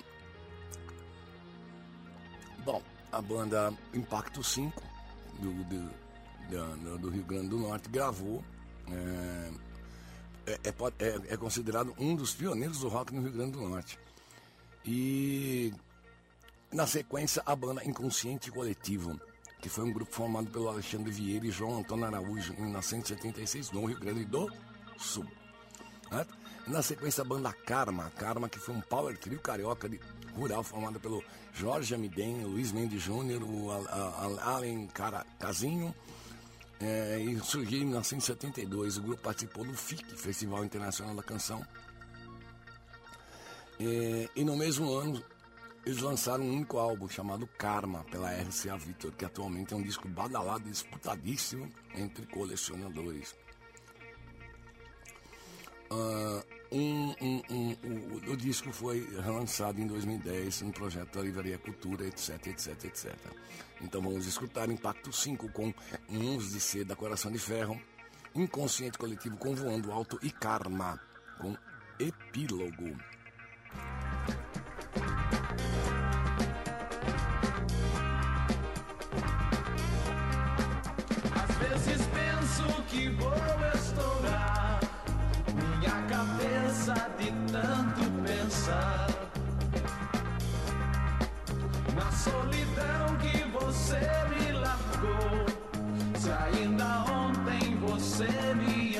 Bom, a banda Impacto cinco, do... do Do, do Rio Grande do Norte, gravou, é, é, é, é considerado um dos pioneiros do rock no Rio Grande do Norte. E na sequência a banda Inconsciente Coletivo, que foi um grupo formado pelo Alexandre Vieira e João Antônio Araújo em mil novecentos e setenta e seis no Rio Grande do Sul. Né? Na sequência a banda Karma, Karma, que foi um power trio carioca de rural formado pelo Jorge Amiden, Luiz Mendes Júnior, o Allen Casinho. É, e surgiu em mil novecentos e setenta e dois. O grupo participou do F I C, Festival Internacional da Canção. É, e no mesmo ano eles lançaram um único álbum chamado Karma, pela R C A Victor, que atualmente é um disco badalado e disputadíssimo entre colecionadores. Uh, um, um, um, um, o, o disco foi relançado em dois mil e dez no projeto da Livraria Cultura, etc, etc, etcétera. Então vamos escutar Impacto cinco com Uns de Seda, Coração de Ferro, Inconsciente Coletivo com Voando Alto e Karma com Epílogo.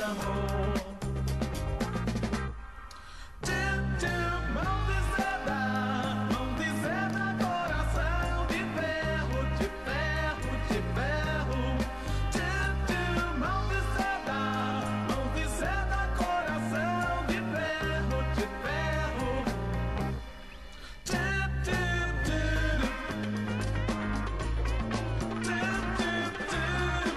amor. Tchum, tchum, mão de seda, mão de seda, coração de ferro, de ferro, de ferro. Tchum, tchum, mão de seda, mão de seda, coração de ferro, de ferro. Tchum, tchum, tchum. Tchum, tchum, tchum.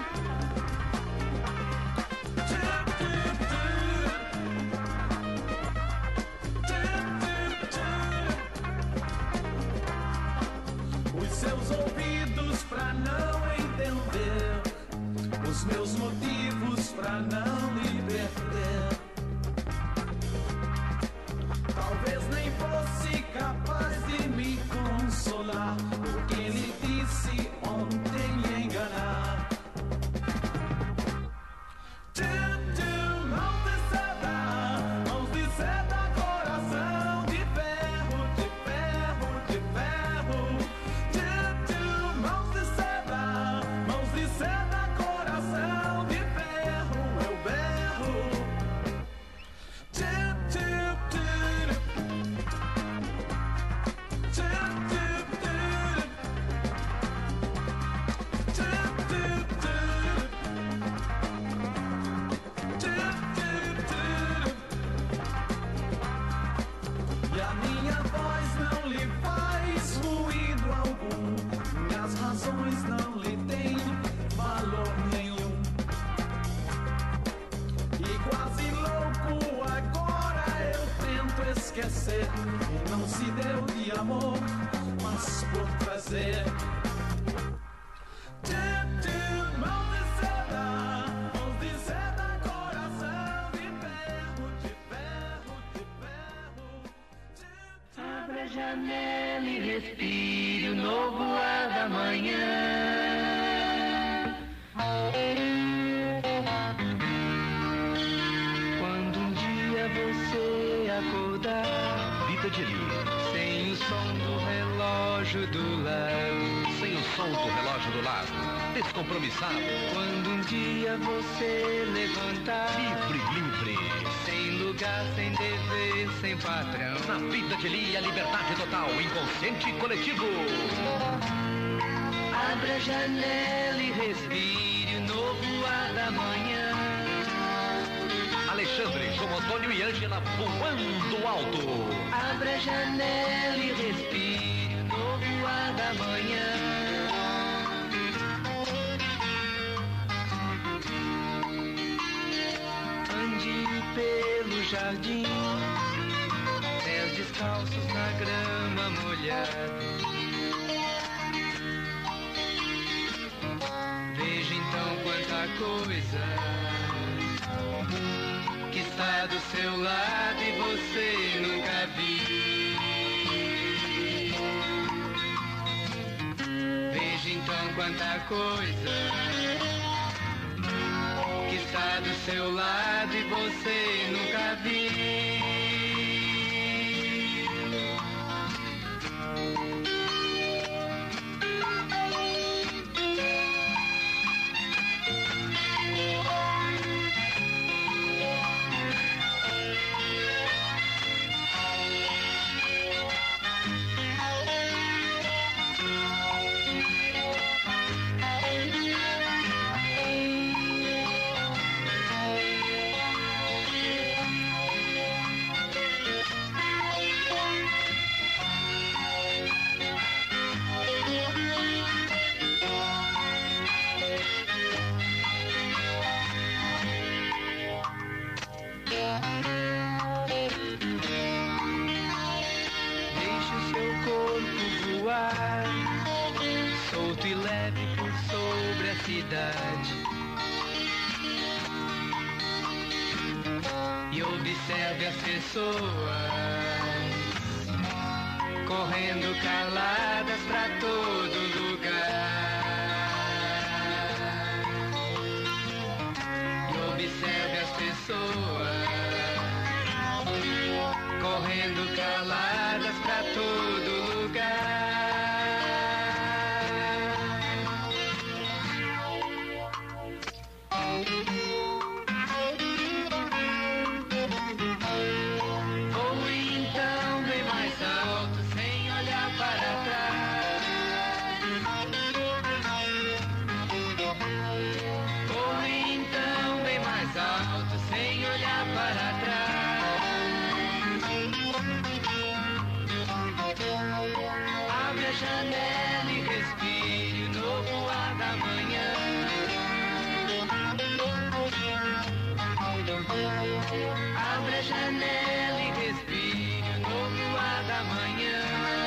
Os seus ouvidos pra não entender, os meus motivos pra não lhe perder. Talvez nem fosse capaz de me consolar, o que lhe disse ontem lhe enganar. Tchum, tchum, mão de seda, mãos de seda, coração de ferro, de ferro, de ferro. Tchum, tchum, mãos de seda, mãos de seda, coração de ferro, eu berro. Tchum, tchum, tchum. Tchum, tchum, tchum. Tchum, tchum, tchum. E a minha voz não lhe faz ruído algum, minhas razões não lhe têm valor nenhum. E quase louco agora eu tento esquecer, e não se deu de amor, mas por prazer. Tchum, tchum, mão de seda, mãos de seda, coração de ferro, de ferro, de ferro. Abra a janela e respire o novo ar da manhã. Quando um dia você acordar, Vida de Eli. sem o som do relógio do lado, Sem o som do relógio do lado. Descompromissado. quando um dia você levantar, Livre, livre. sem lugar, sem dever, sem patrão, Na Vida de Eli, a liberdade total, inconsciente coletivo. abra a janela e respire o novo ar da manhã. Alexandre, João Antônio e Ângela voando alto. Abra a janela e respire o novo ar da manhã. Ande pelo jardim, pés descalços na grama molhada. Veja então quanta coisa que está do seu lado e você nunca viu. Veja então quanta coisa que está do seu lado e você nunca viu. Deixe o seu corpo voar, solto e leve por sobre a cidade. E observe as pessoas correndo caladas pra todo lugar. E observe as pessoas correndo caladas pra todo lugar. Abra a janela e respire o novo ar da manhã.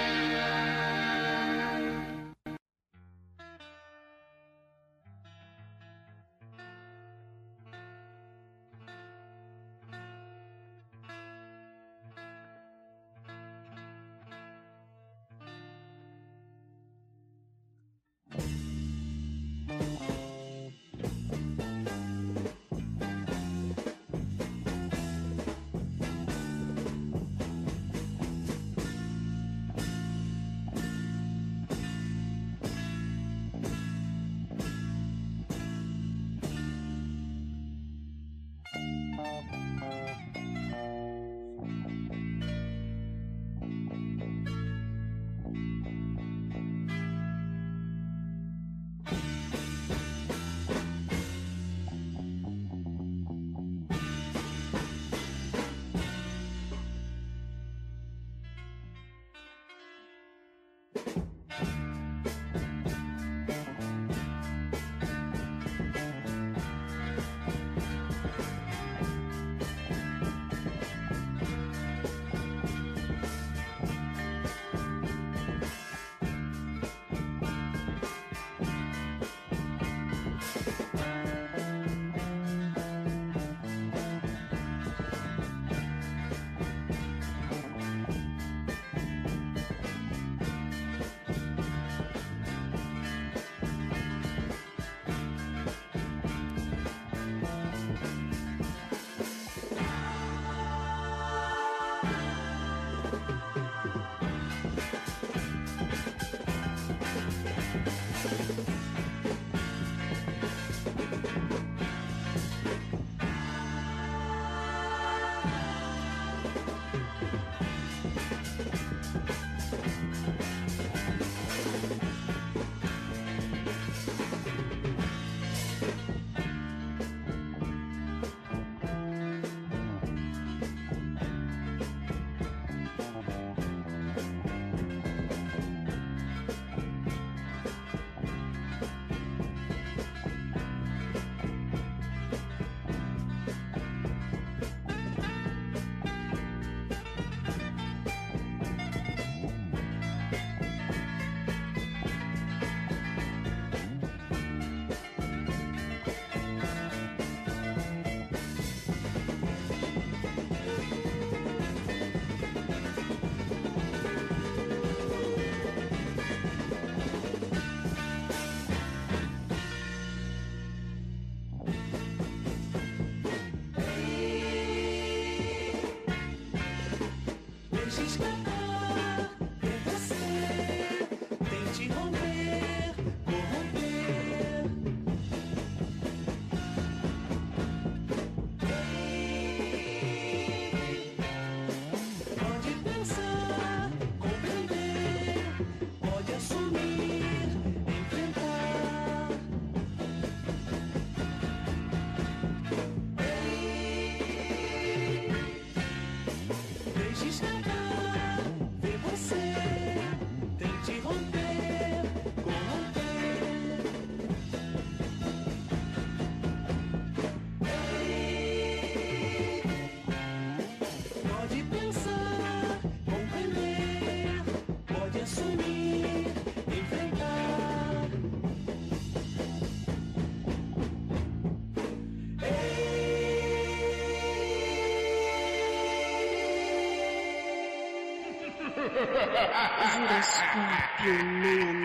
Giroscópio sessenta e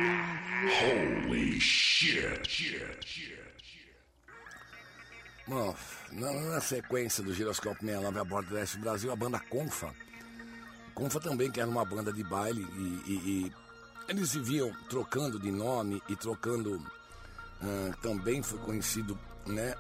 nove. Holy shit, shit, shit. Bom, na, na sequência do Giroscópio sessenta e nove a bordo do Oeste Brasil, a banda Confa. Confa também, que era uma banda de baile, e, e, e eles viviam trocando de nome e trocando. Uh, também foi conhecido, né?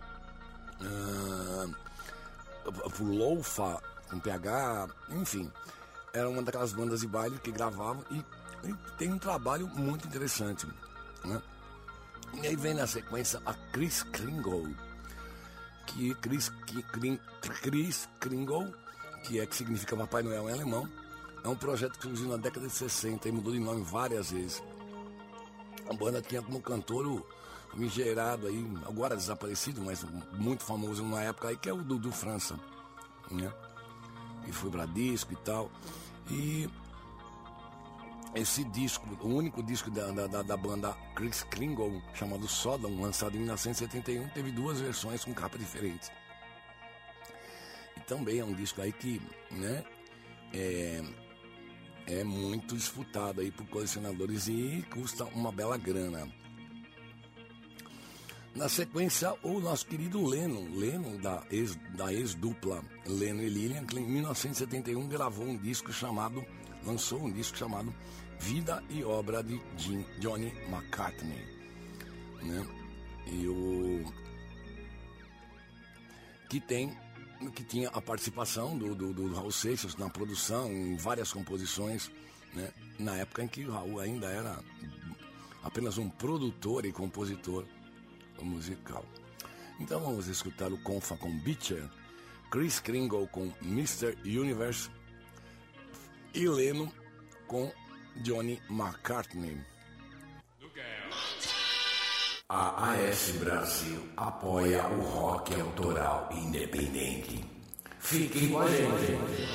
Uh, por Loufa, com P H, enfim. Era uma daquelas bandas de baile que gravavam e, e tem um trabalho muito interessante, né? E aí vem na sequência a Kris Kringle, que Kris, que, Kring, Kris Kringle, que é que significa Papai Noel em alemão. É um projeto que surgiu na década de sessenta e mudou de nome várias vezes. A banda tinha como cantor o, migerado aí, agora desaparecido, mas muito famoso numa época aí, que é o Dudu França, né? E foi pra disco e tal. E esse disco, o único disco da, da, da banda Kris Kringle, chamado Sodom, lançado em mil novecentos e setenta e um, teve duas versões com capa diferentes. E também é um disco aí que, né, é, é muito disputado aí por colecionadores e custa uma bela grana. Na sequência, o nosso querido Lennon, Lennon da ex, da ex-dupla Lennon e Lillian, que em mil novecentos e setenta e um gravou um disco chamado, lançou um disco chamado Vida e Obra de Jim, Johnny McCartney, né? E o que tem, que tinha a participação do, do, do Raul Seixas na produção, em várias composições, né? Na época em que o Raul ainda era apenas um produtor e compositor musical. Então vamos escutar o Confa com Beecher, Kris Kringle com mister Universe e Lennon com Johnny McCartney. A AS Brasil apoia o rock autoral independente. Fiquem com a gente.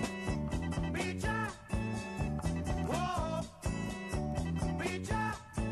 Beecher,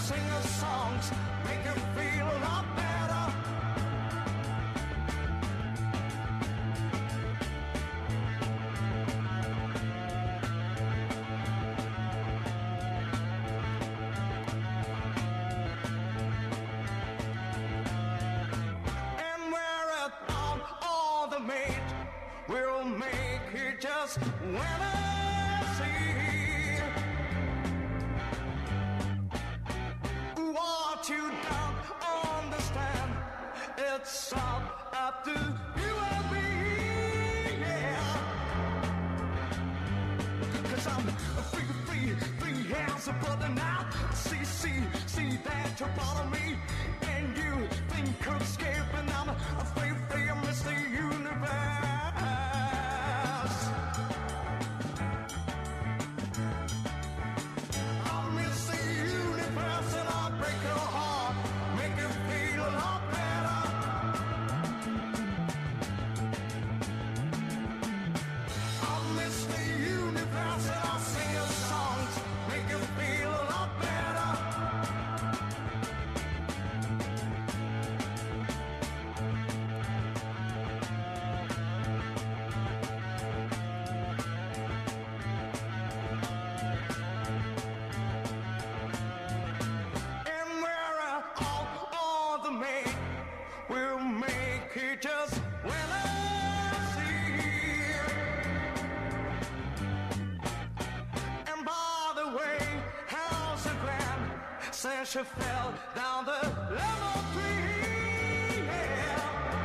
sing your songs, make you feel a lot better. And we're at all, all the mate, we'll make it just when I see what you don't understand. It's all up to you and me, yeah. Cause I'm free, free, free hands above the night. See, see, see that you're part of me. And you think of escape, and I'm free, free, I miss the universe. I miss the universe, and I'll break your heart, make you feel a lot better. I miss the universe, and I'll sing your songs, make you feel a lot better. And we're all, all the mate, we'll make it just when I see. And by the way, how's the grand since you fell down the level three? Yeah.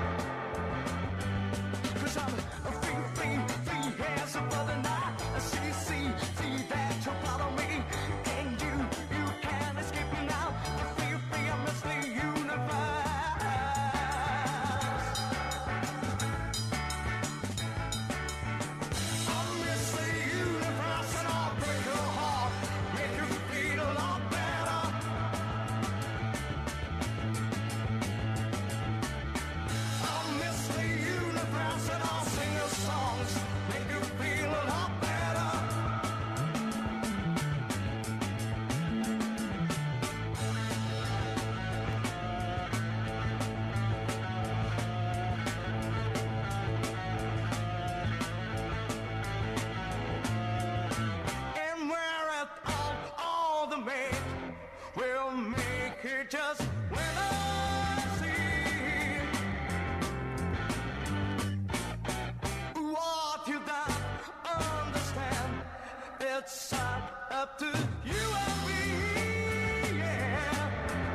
Cause I'm free, free, free hands above the night. See, see, see that you're proud of me. And you, you can't escape me now. I'm free, free, I miss the universe. I miss the universe, and I'll break your heart, make you feel a lot better. I miss the universe, and I'll sing your songs, make you feel a lot better. And we're at all, all the mate, we'll make it just when I see what you don't understand. It's up, up to you and me, yeah.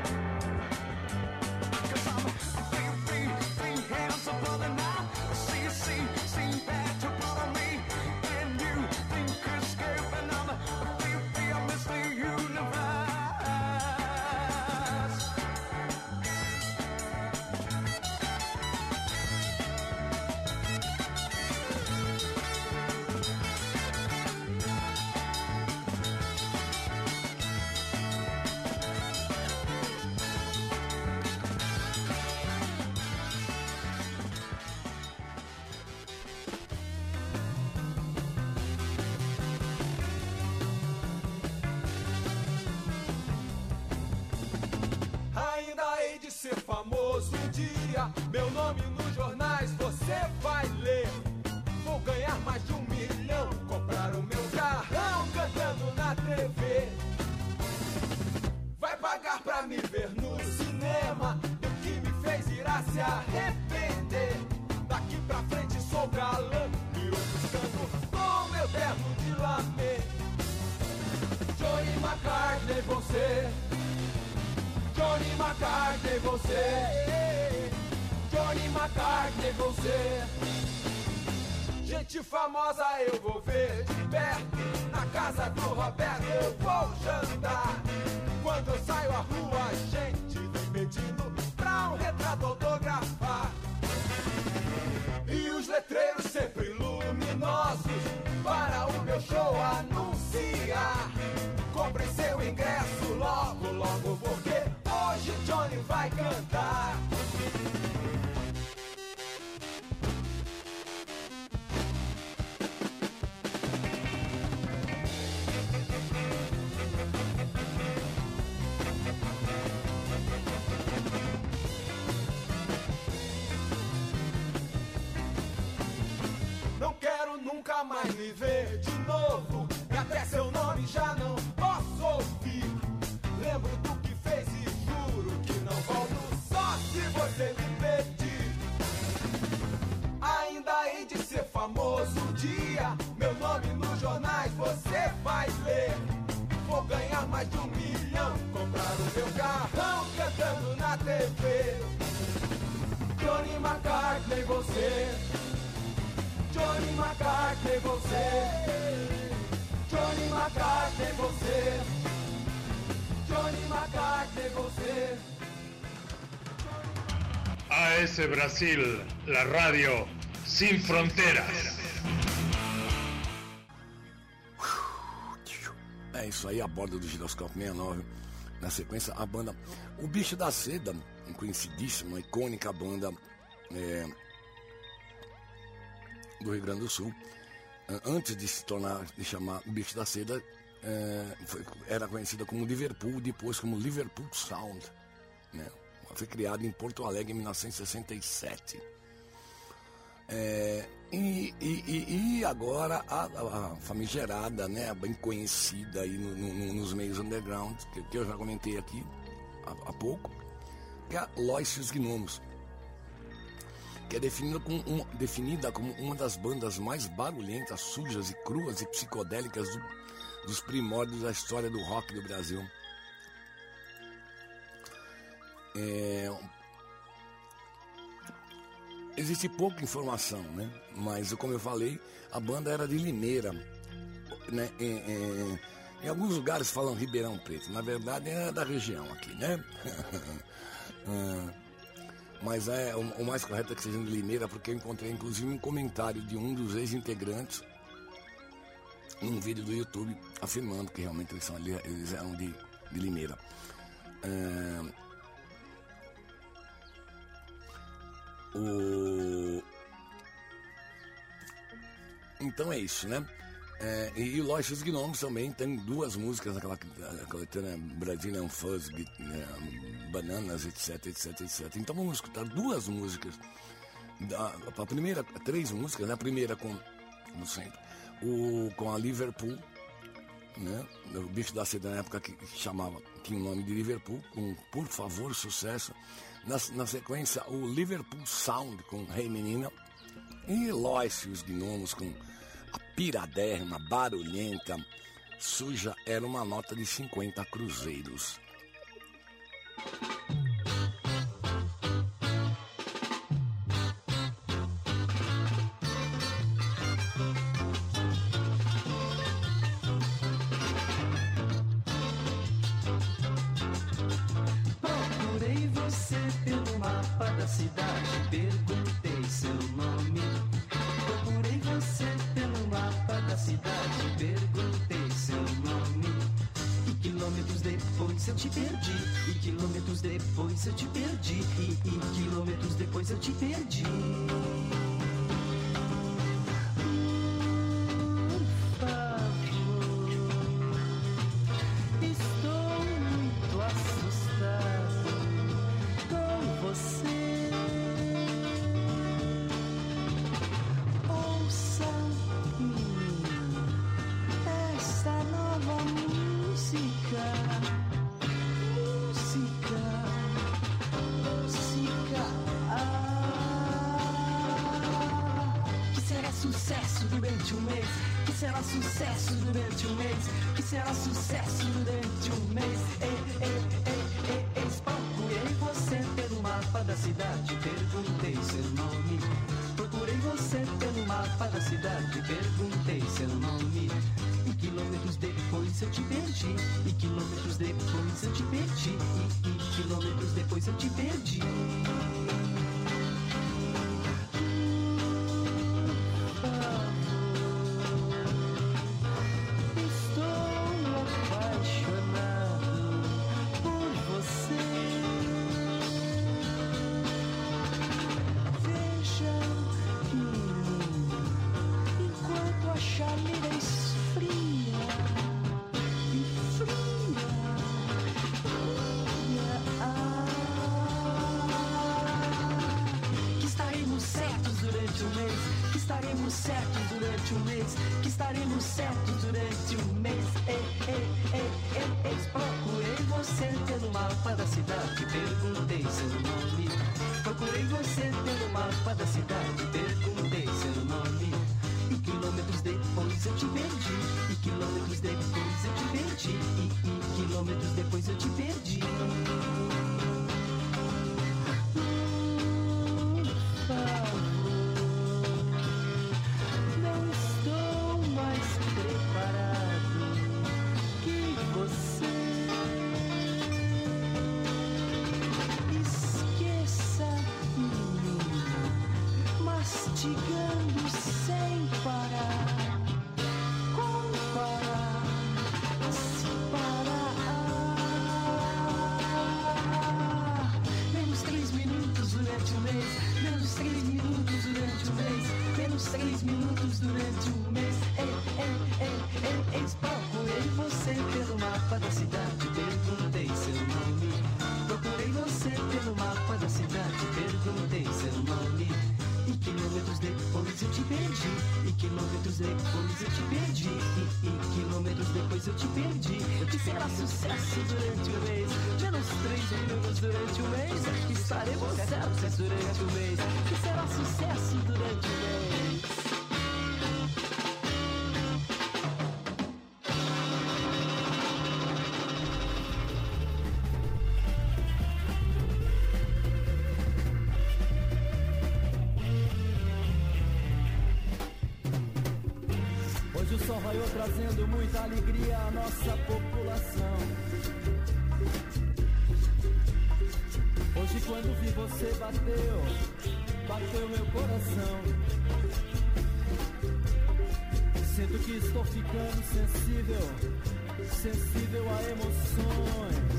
Cause I'm free, free, free hands above the night. See, see, see that you're part of me. And you think escape, and I'm free, free, I miss the universe. Ainda hei de ser famoso um dia. Meu nome nos jornais você vai ler. Vou ganhar mais de um milhão, comprar o meu carrão cantando na T V. Vai pagar pra me ver no cinema. E o que me fez irá se arrepender. Daqui pra frente sou galã, virou buscando com meu terno de lamê. Johnny McCartney, você. Johnny McCartney, você. Johnny McCartney, você. Gente famosa eu vou ver de perto. Na casa do Roberto eu vou jantar. Quando eu saio à rua a gente vem pedindo pra um retrato autografar. E os letreiros sempre luminosos para o meu show anunciar. Compre seu ingresso logo, logo, porque hoje Johnny vai cantar. mais me ver de novo. E até seu nome já não posso ouvir. Lembro do que fez e juro que não volto só se você me pedir. Ainda hei de ser famoso um dia. Meu nome nos jornais você vai ler. Vou ganhar mais de um milhão, comprar o meu carrão cantando na T V. Johnny McCartney você, Johnny McCartney você, Johnny McCartney você, Johnny McCartney você. A S Brasil, la radio sin fronteras. É isso aí, a borda do Giroscópio sessenta e nove. Na sequência, a banda O Bicho da Seda, conhecidíssima, icônica banda é, do Rio Grande do Sul. Antes de se tornar, de chamar O Bicho da Seda, é, foi, era conhecida como Liverpool, depois como Liverpool Sound, né? Foi criada em Porto Alegre em mil novecentos e sessenta e sete. É, e, e, e agora a, a famigerada, né, bem conhecida aí no, no, nos meios underground, que, que eu já comentei aqui há, há pouco, que é a Lois e os Gnomos, que é definida como, uma, definida como uma das bandas mais barulhentas, sujas e cruas e psicodélicas do, dos primórdios da história do rock do Brasil. É, existe pouca informação, né? Mas, como eu falei, a banda era de Limeira, né? É, é, em alguns lugares falam Ribeirão Preto, na verdade é da região aqui, né? é, mas é, o, o mais correto é que seja de Limeira, porque eu encontrei inclusive um comentário de um dos ex-integrantes num vídeo do YouTube afirmando que realmente eles, são, eles eram de, de Limeira. É, O... Então é isso, né? É, e o Lois e os Gnomos também tem duas músicas naquela coletânea Brazilian Fuzz, né, Bananas, etc, etc, etc. Então vamos escutar duas músicas. A primeira, três músicas, né? A primeira com, como sempre, o, com a Liverpool, né? O Bicho da Seda, na época que chamava, tinha o nome de Liverpool, com Por Favor, Sucesso. Na, na sequência, o Liverpool Sound com Hey Menina. E Lois e os Gnomos com a piradérrima, barulhenta, Suja Era Uma Nota de cinquenta cruzeiros. Cidade, perguntei seu nome. Procurei você pelo mapa da cidade, perguntei seu nome. E quilômetros depois eu te perdi. E quilômetros depois eu te perdi. E, e quilômetros depois eu te perdi. será sucesso durante um mês, que será sucesso durante um mês. Ei, ei, ei, ei, ei, procurei você pelo mapa da cidade, perguntei seu nome. Procurei você pelo mapa da cidade, perguntei seu nome. E quilômetros depois eu te perdi, e quilômetros depois eu te perdi, e, e quilômetros depois eu te perdi. estaremos certos durante um mês, que estaremos certos durante um mês. Ei, ei, ei, ei, ei, procurei você pelo mapa da cidade, perguntei seu nome. Procurei você pelo mapa da cidade, perguntei seu nome. E quilômetros depois eu te perdi, e quilômetros depois eu te perdi, e, e quilômetros depois eu te perdi. Mastigando sem parar, comparar, se parar. Menos três minutos durante um mês, menos três minutos durante um mês, menos três minutos durante um mês. Ei, ei, ei, ei, ei, procurei você pelo mapa da cidade, perguntei seu nome. Procurei você pelo mapa da cidade, perguntei seu nome. E quilômetros depois eu te perdi, e quilômetros depois eu te perdi, e, e quilômetros depois eu te perdi. Que será sucesso durante o mês, menos três minutos durante o mês, que estaremos certos durante o mês. Que será sucesso durante o mês. Hoje o sol raiou trazendo muita alegria à nossa população. Hoje quando vi você bateu, bateu meu coração. Sinto que estou ficando sensível, sensível a emoções.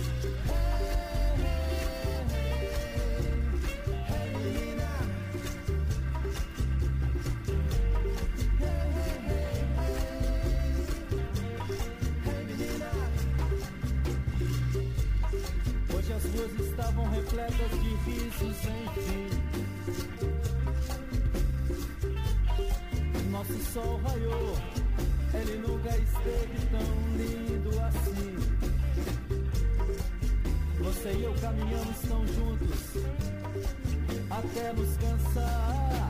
As ruas estavam repletas de risos sem fim. Nosso sol raiou, ele nunca esteve tão lindo assim. Você e eu caminhamos tão juntos, até nos cansar.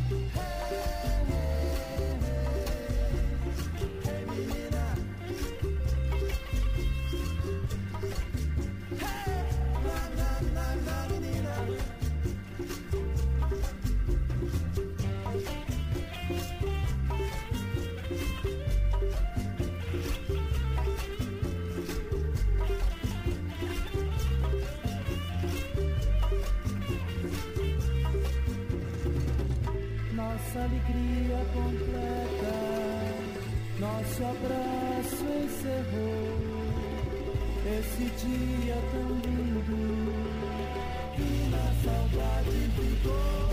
Nossa alegria completa, nosso abraço encerrou esse dia tão lindo que na saudade ficou.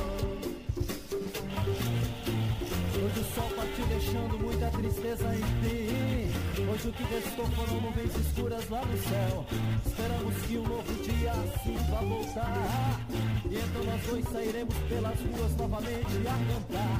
Hoje o sol partiu deixando muita tristeza em fim. Hoje o que restou foram nuvens escuras lá no céu. Esperamos que um novo dia assim vá voltar, e então nós dois sairemos pelas ruas novamente a cantar.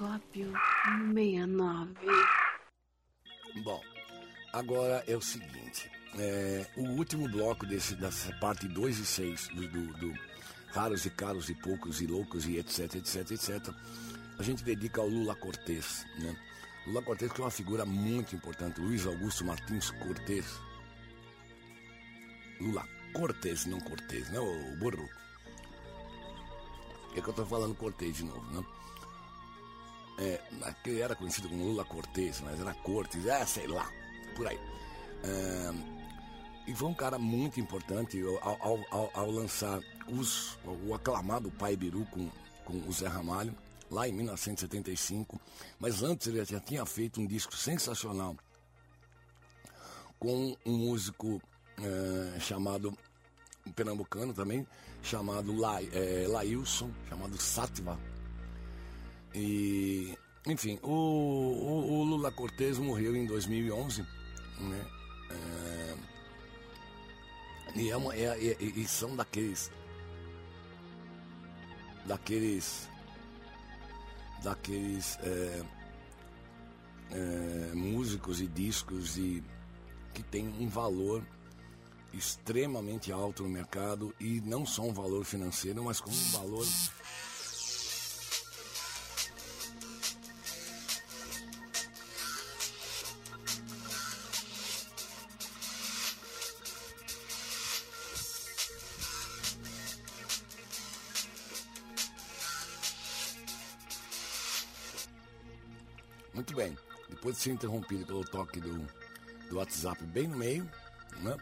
Telescópio sessenta e nove. Bom, agora é o seguinte. É, o último bloco desse, dessa parte dois e seis do, do, do Raros e Caros e Poucos e Loucos e etc, etc, etc, a gente dedica ao Lula Cortés, né? Lula Cortés, que é uma figura muito importante, Luiz Augusto Martins Cortés. Lula Cortés, não Cortés, né, o burro? É que eu tô falando Cortés de novo, né? É, ele era conhecido como Lula Cortés, mas era Cortés, é, sei lá, por aí. É, e foi um cara muito importante ao, ao, ao, ao lançar os, o aclamado Pai Biru com, com o Zé Ramalho, lá em mil novecentos e setenta e cinco. Mas antes ele já tinha feito um disco sensacional com um músico é, chamado, um pernambucano também, chamado La, é, Lailson, chamado Sátiva. E, enfim, o, o, o Lula Cortés morreu em dois mil e onze, né? É, e, é uma, é, é, e são daqueles daqueles daqueles é, é, músicos e discos e, que tem um valor extremamente alto no mercado, e não só um valor financeiro, mas como um valor Muito bem, depois de ser interrompido pelo toque do, do WhatsApp bem no meio, né?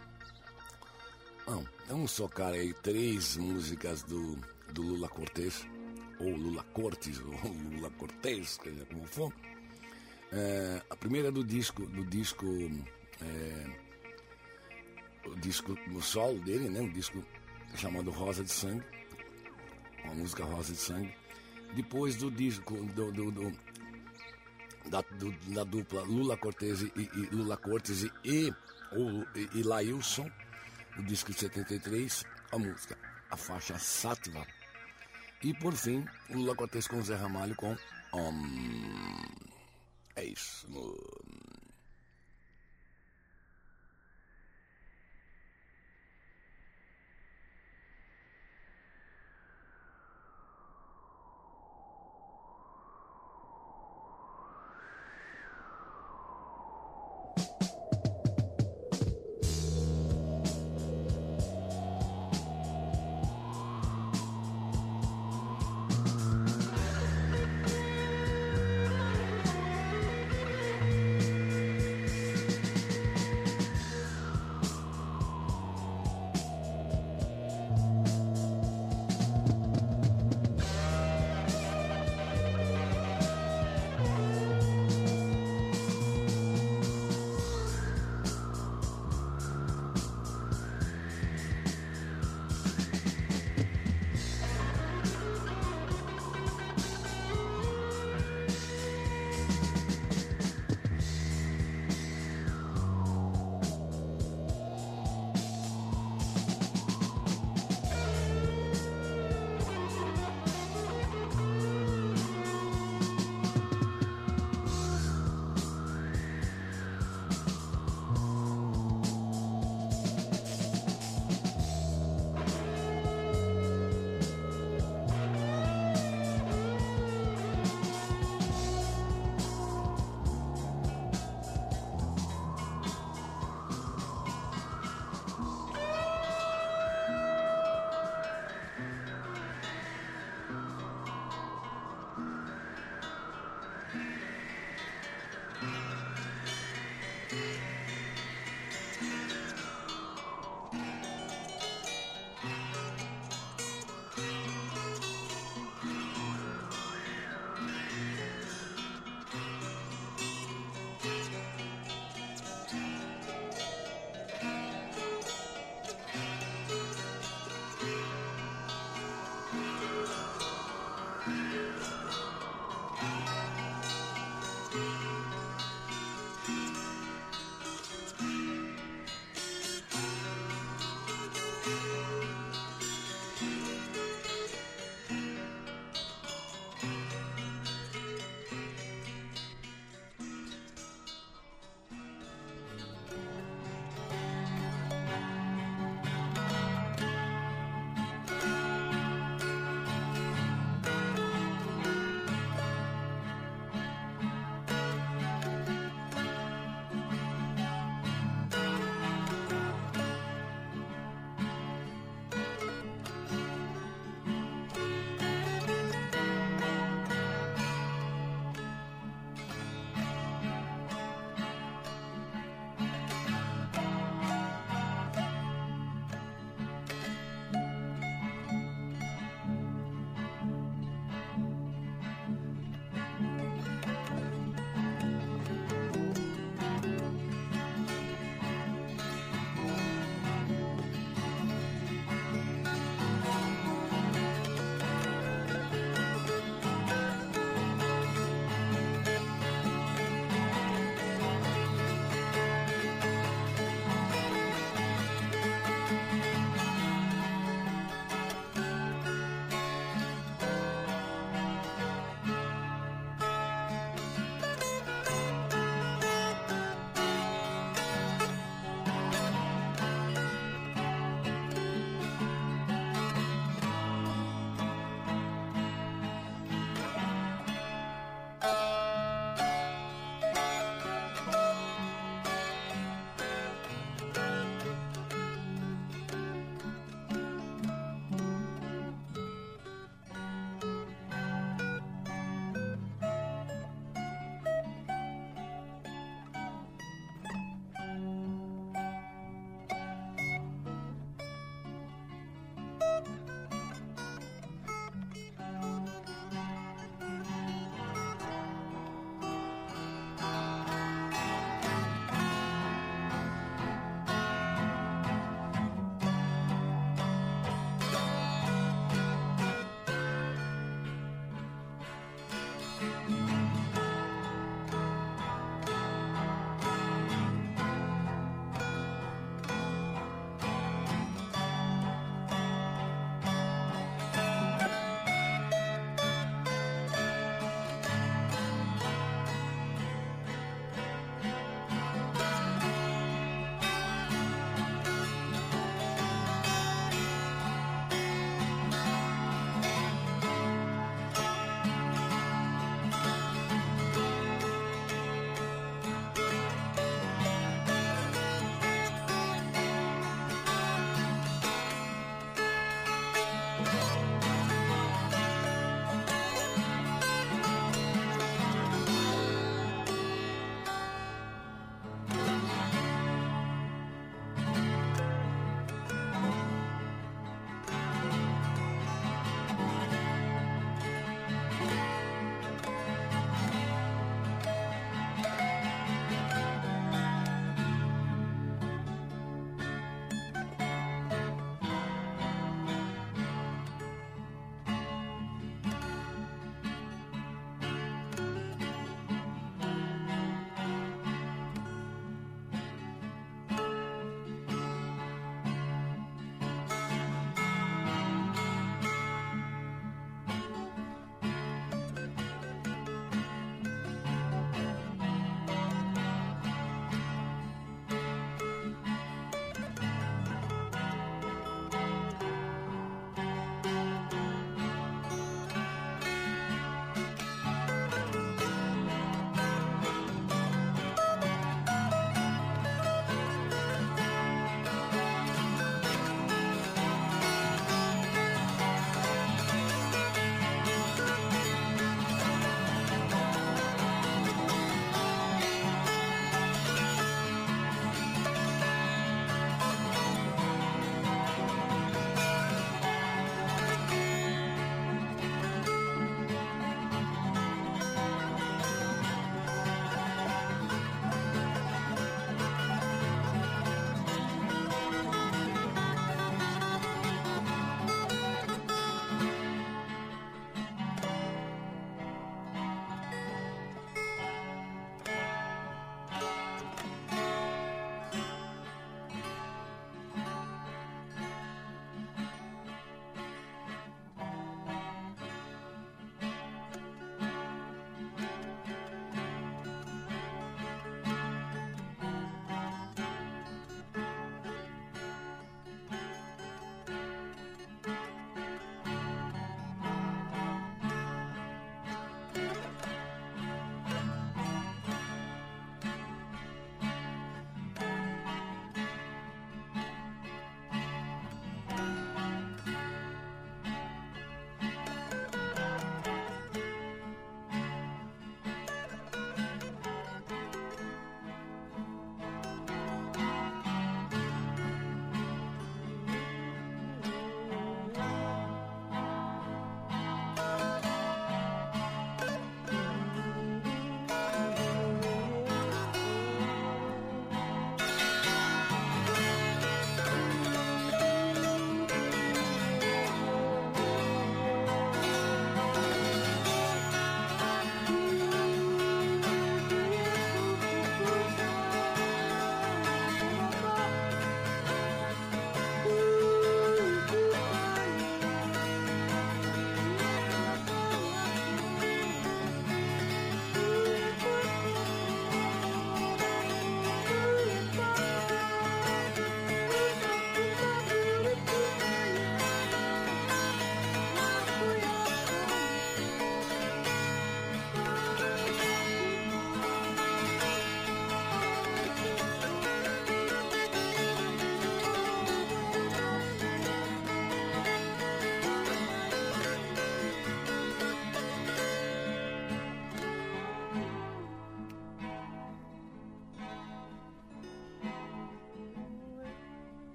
Bom, vamos tocar aí três músicas do, do Lula Cortés, ou Lula Cortes, ou Lula Cortés, seja como for. É, a primeira é do disco, do disco, é, o disco no solo dele, né? Um disco chamado Rosa de Sangue, uma música Rosa de Sangue. Depois do disco do, do, do Da, do, da dupla Lula Cortés e, e Lula Cortés e, e, ou, e, e Lailson, o disco de setenta e três, a música, a faixa Sátiva. E por fim, Lula Cortés com Zé Ramalho com um, é isso.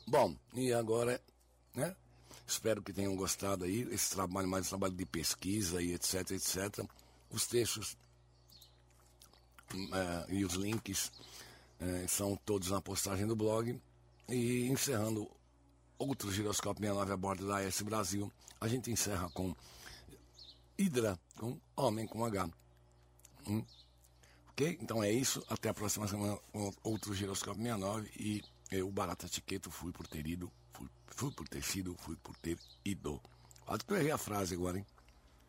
Bom, e agora, né? Espero que tenham gostado aí, esse trabalho, mais um trabalho de pesquisa e etc, etcétera. Os textos uh, e os links uh, são todos na postagem do blog. E encerrando outro Giroscópio sessenta e nove a bordo da A S Brasil, a gente encerra com Hidra, com Homem com H. Hum? Ok? Então é isso. Até a próxima semana com outro Giroscópio sessenta e nove. E eu, Barata Tiqueto, fui por ter ido, fui, fui por ter sido, fui por ter ido. Quase que eu errei a frase agora, hein?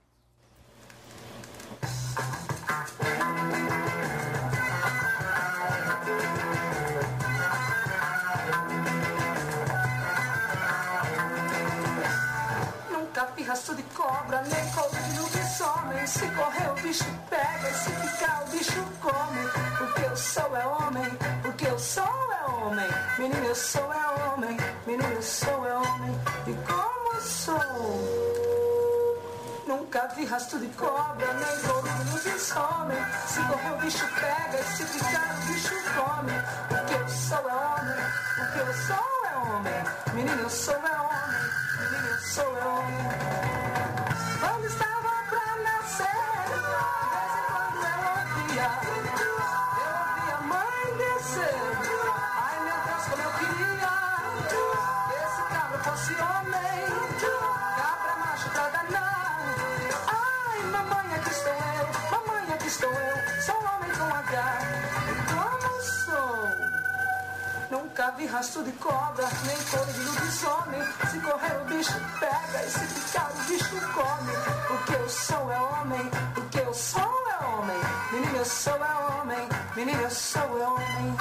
Nunca vi rastro de cobra, nem couro de lobisomem. Se correr o bicho pega, se ficar o bicho come. Porque eu sou é homem, porque eu sou é homem. Menino, eu sou é homem, menino, eu sou é homem. E como eu sou? Nunca vi rastro de cobra, nem couro de lobisomem. Se correr o bicho pega, se ficar o bicho come. Porque eu sou é homem, porque eu sou é homem. Menino, eu sou é homem, menino, eu sou é homem. Quando estava pra nascer, de vez em quando eu ouvia, eu ouvia a mãe descer. Ai meu Deus, como eu queria que esse cabra fosse homem, cabra macho pra danar. Ai mamãe, aqui estou eu, mamãe, aqui estou eu, sou homem com H. E como sou? Nunca vi rastro de cobra, nem couro de lobisomem. Se correr o bicho pega, e se ficar o bicho come. Porque eu sou é homem, porque eu sou é homem. Menino, eu sou é homem, menino, eu sou é homem.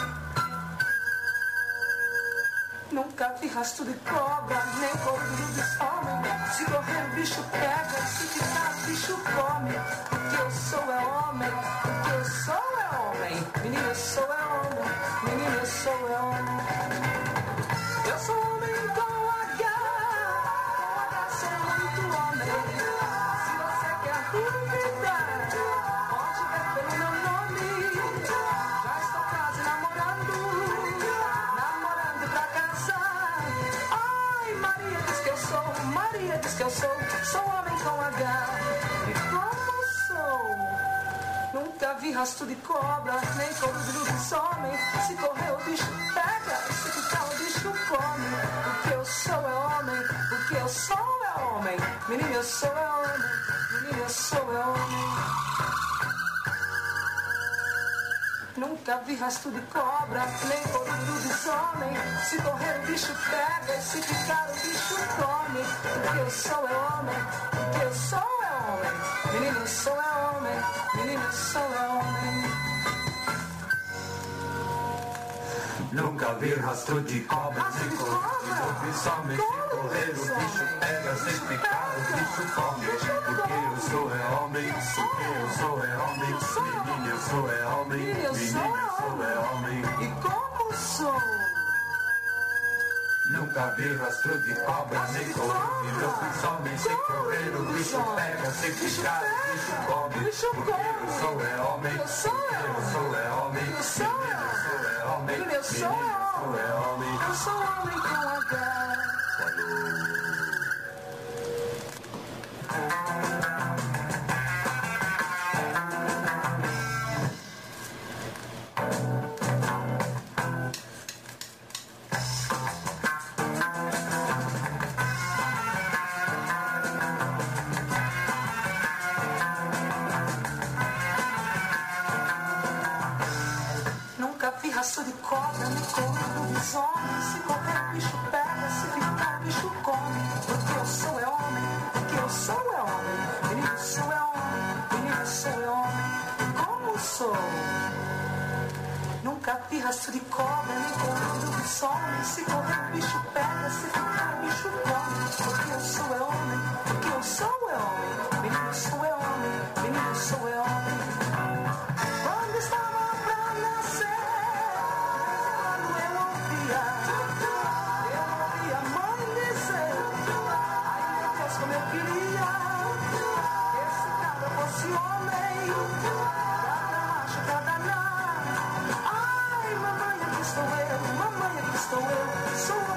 Nunca vi rastro de cobra, nem couro de lobisomem. Se correr o bicho pega, e se ficar o bicho come. Porque eu sou é homem, porque eu sou é homem. Menino, eu sou é homem, menino, eu sou é homem. Eu sou homem com H, com H sou muito homem. Se você quer duvidar, pode ver pelo meu nome. Já estou quase namorando, namorando pra casar. Ai, Maria diz que eu sou, Maria diz que eu sou, sou homem com H. E como sou? Nunca vi rastro de cobra, nem couro de lobisomem. Se correr o bicho pega, e se ficar o bicho come. Porque eu sou é homem, porque eu sou é homem. Menino, eu sou é homem, menino, eu sou é homem. Nunca vi rastro de cobra, nem couro de lobisomem. Se correr o bicho pega, e se ficar o bicho come. Porque eu sou é homem, porque eu sou é homem. Menino, eu sou é homem, menino, eu sou é homem. Nunca vi rastro de cobra, nem couro de lobisomem. Se correr o bicho pega, se ficar o bicho come. Porque eu sou é homem, porque eu sou é homem. Menino, eu sou é homem, menino, eu sou é homem. E como sou? Nunca vi rastro de cobra, nem couro de lobisomem. Se correr o bicho pega, se ficar o bicho come. Porque eu sou é homem, porque eu sou é homem. Menino, eu sou é homem, Menino, eu sou é homem. Eu sou homem com H. Nunca vi rastro de cobra, nem couro de lobisomem. Se correr o bicho pega, se ficar o bicho come. Porque eu sou é homem, porque eu sou é homem. Menino, eu sou é homem, menino, eu sou é homem. Como sou? Nunca vi rastro de cobra, nem couro de lobisomem. Se correr o bicho pega, se ficar o bicho come. Porque eu sou é homem, porque eu sou é homem. Menino, eu sou é homem, menino, eu sou é homem. Quando estava pra nascer, quando eu ouvia, eu ouvia a mãe dizer: ai meu Deus, como eu queria que esse cabra fosse homem, cabra macho pra danar. Ai mamãe, aqui estou eu, mamãe, aqui estou eu, sou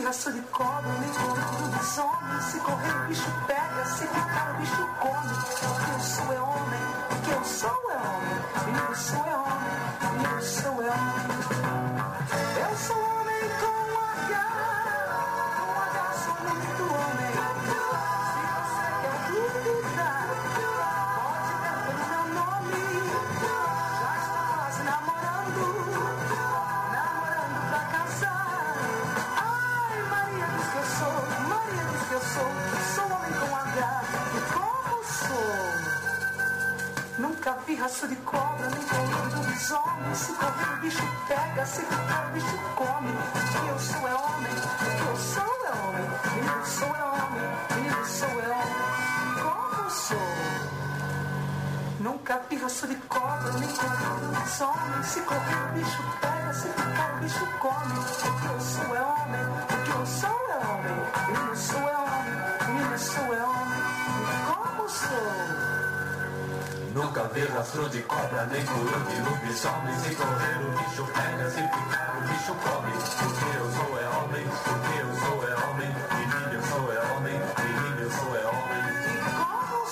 pirraça de cobra, nem correndo dos homens. Se correr o bicho pega, se picar o bicho come. O que eu sou é homem, o que eu sou é homem. E eu sou é homem, e eu sou é homem. Eu sou homem com H, com H sou muito homem. Se você quer duvidar, pode ver pelo meu nome. Já estou quase namorando, namorando pra casar. Ai, Maria diz que eu sou, Maria diz que eu sou, sou homem com H. E como sou? Nunca vi raço de cobra, nem correndo dos homens. Se correr o bicho pega, se picar o bicho come. O que eu sou é homem, o que eu sou é homem. E eu sou é homem, e eu sou é homem. Como sou? Nunca vi raço de cobra, nem correndo dos homens. Se correr o bicho pega, se picar o bicho come. O que eu sou é homem, o que eu sou é homem. E eu sou é homem, e eu sou é homem. E como sou? Nunca vi rastro de cobra, nem furo de lobisomem. Se correr o bicho pega, se picar o bicho come. Porque eu sou é homem, porque eu sou é homem. Menino eu sou é homem, menino eu sou é homem. Como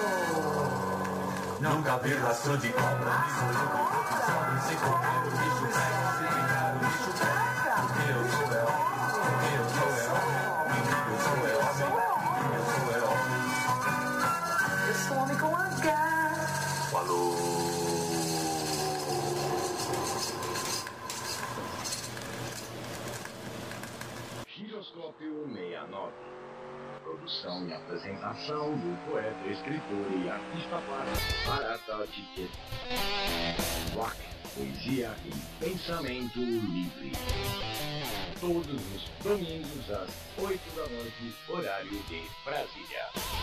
sou? Nunca vi rastro de cobra, nem furo de lobisomem. Se correr o bicho pega, se picar o bicho come. Porque eu sou é homem, porque eu sou é homem. Menino eu sou é homem, menino eu sou é homem. Eu sou homem com H. Falou! Giroscópio sessenta e nove. Produção e apresentação do poeta, escritor e artista plástico Barata Tite. Rock, poesia e pensamento livre. Todos os domingos às oito da noite, horário de Brasília.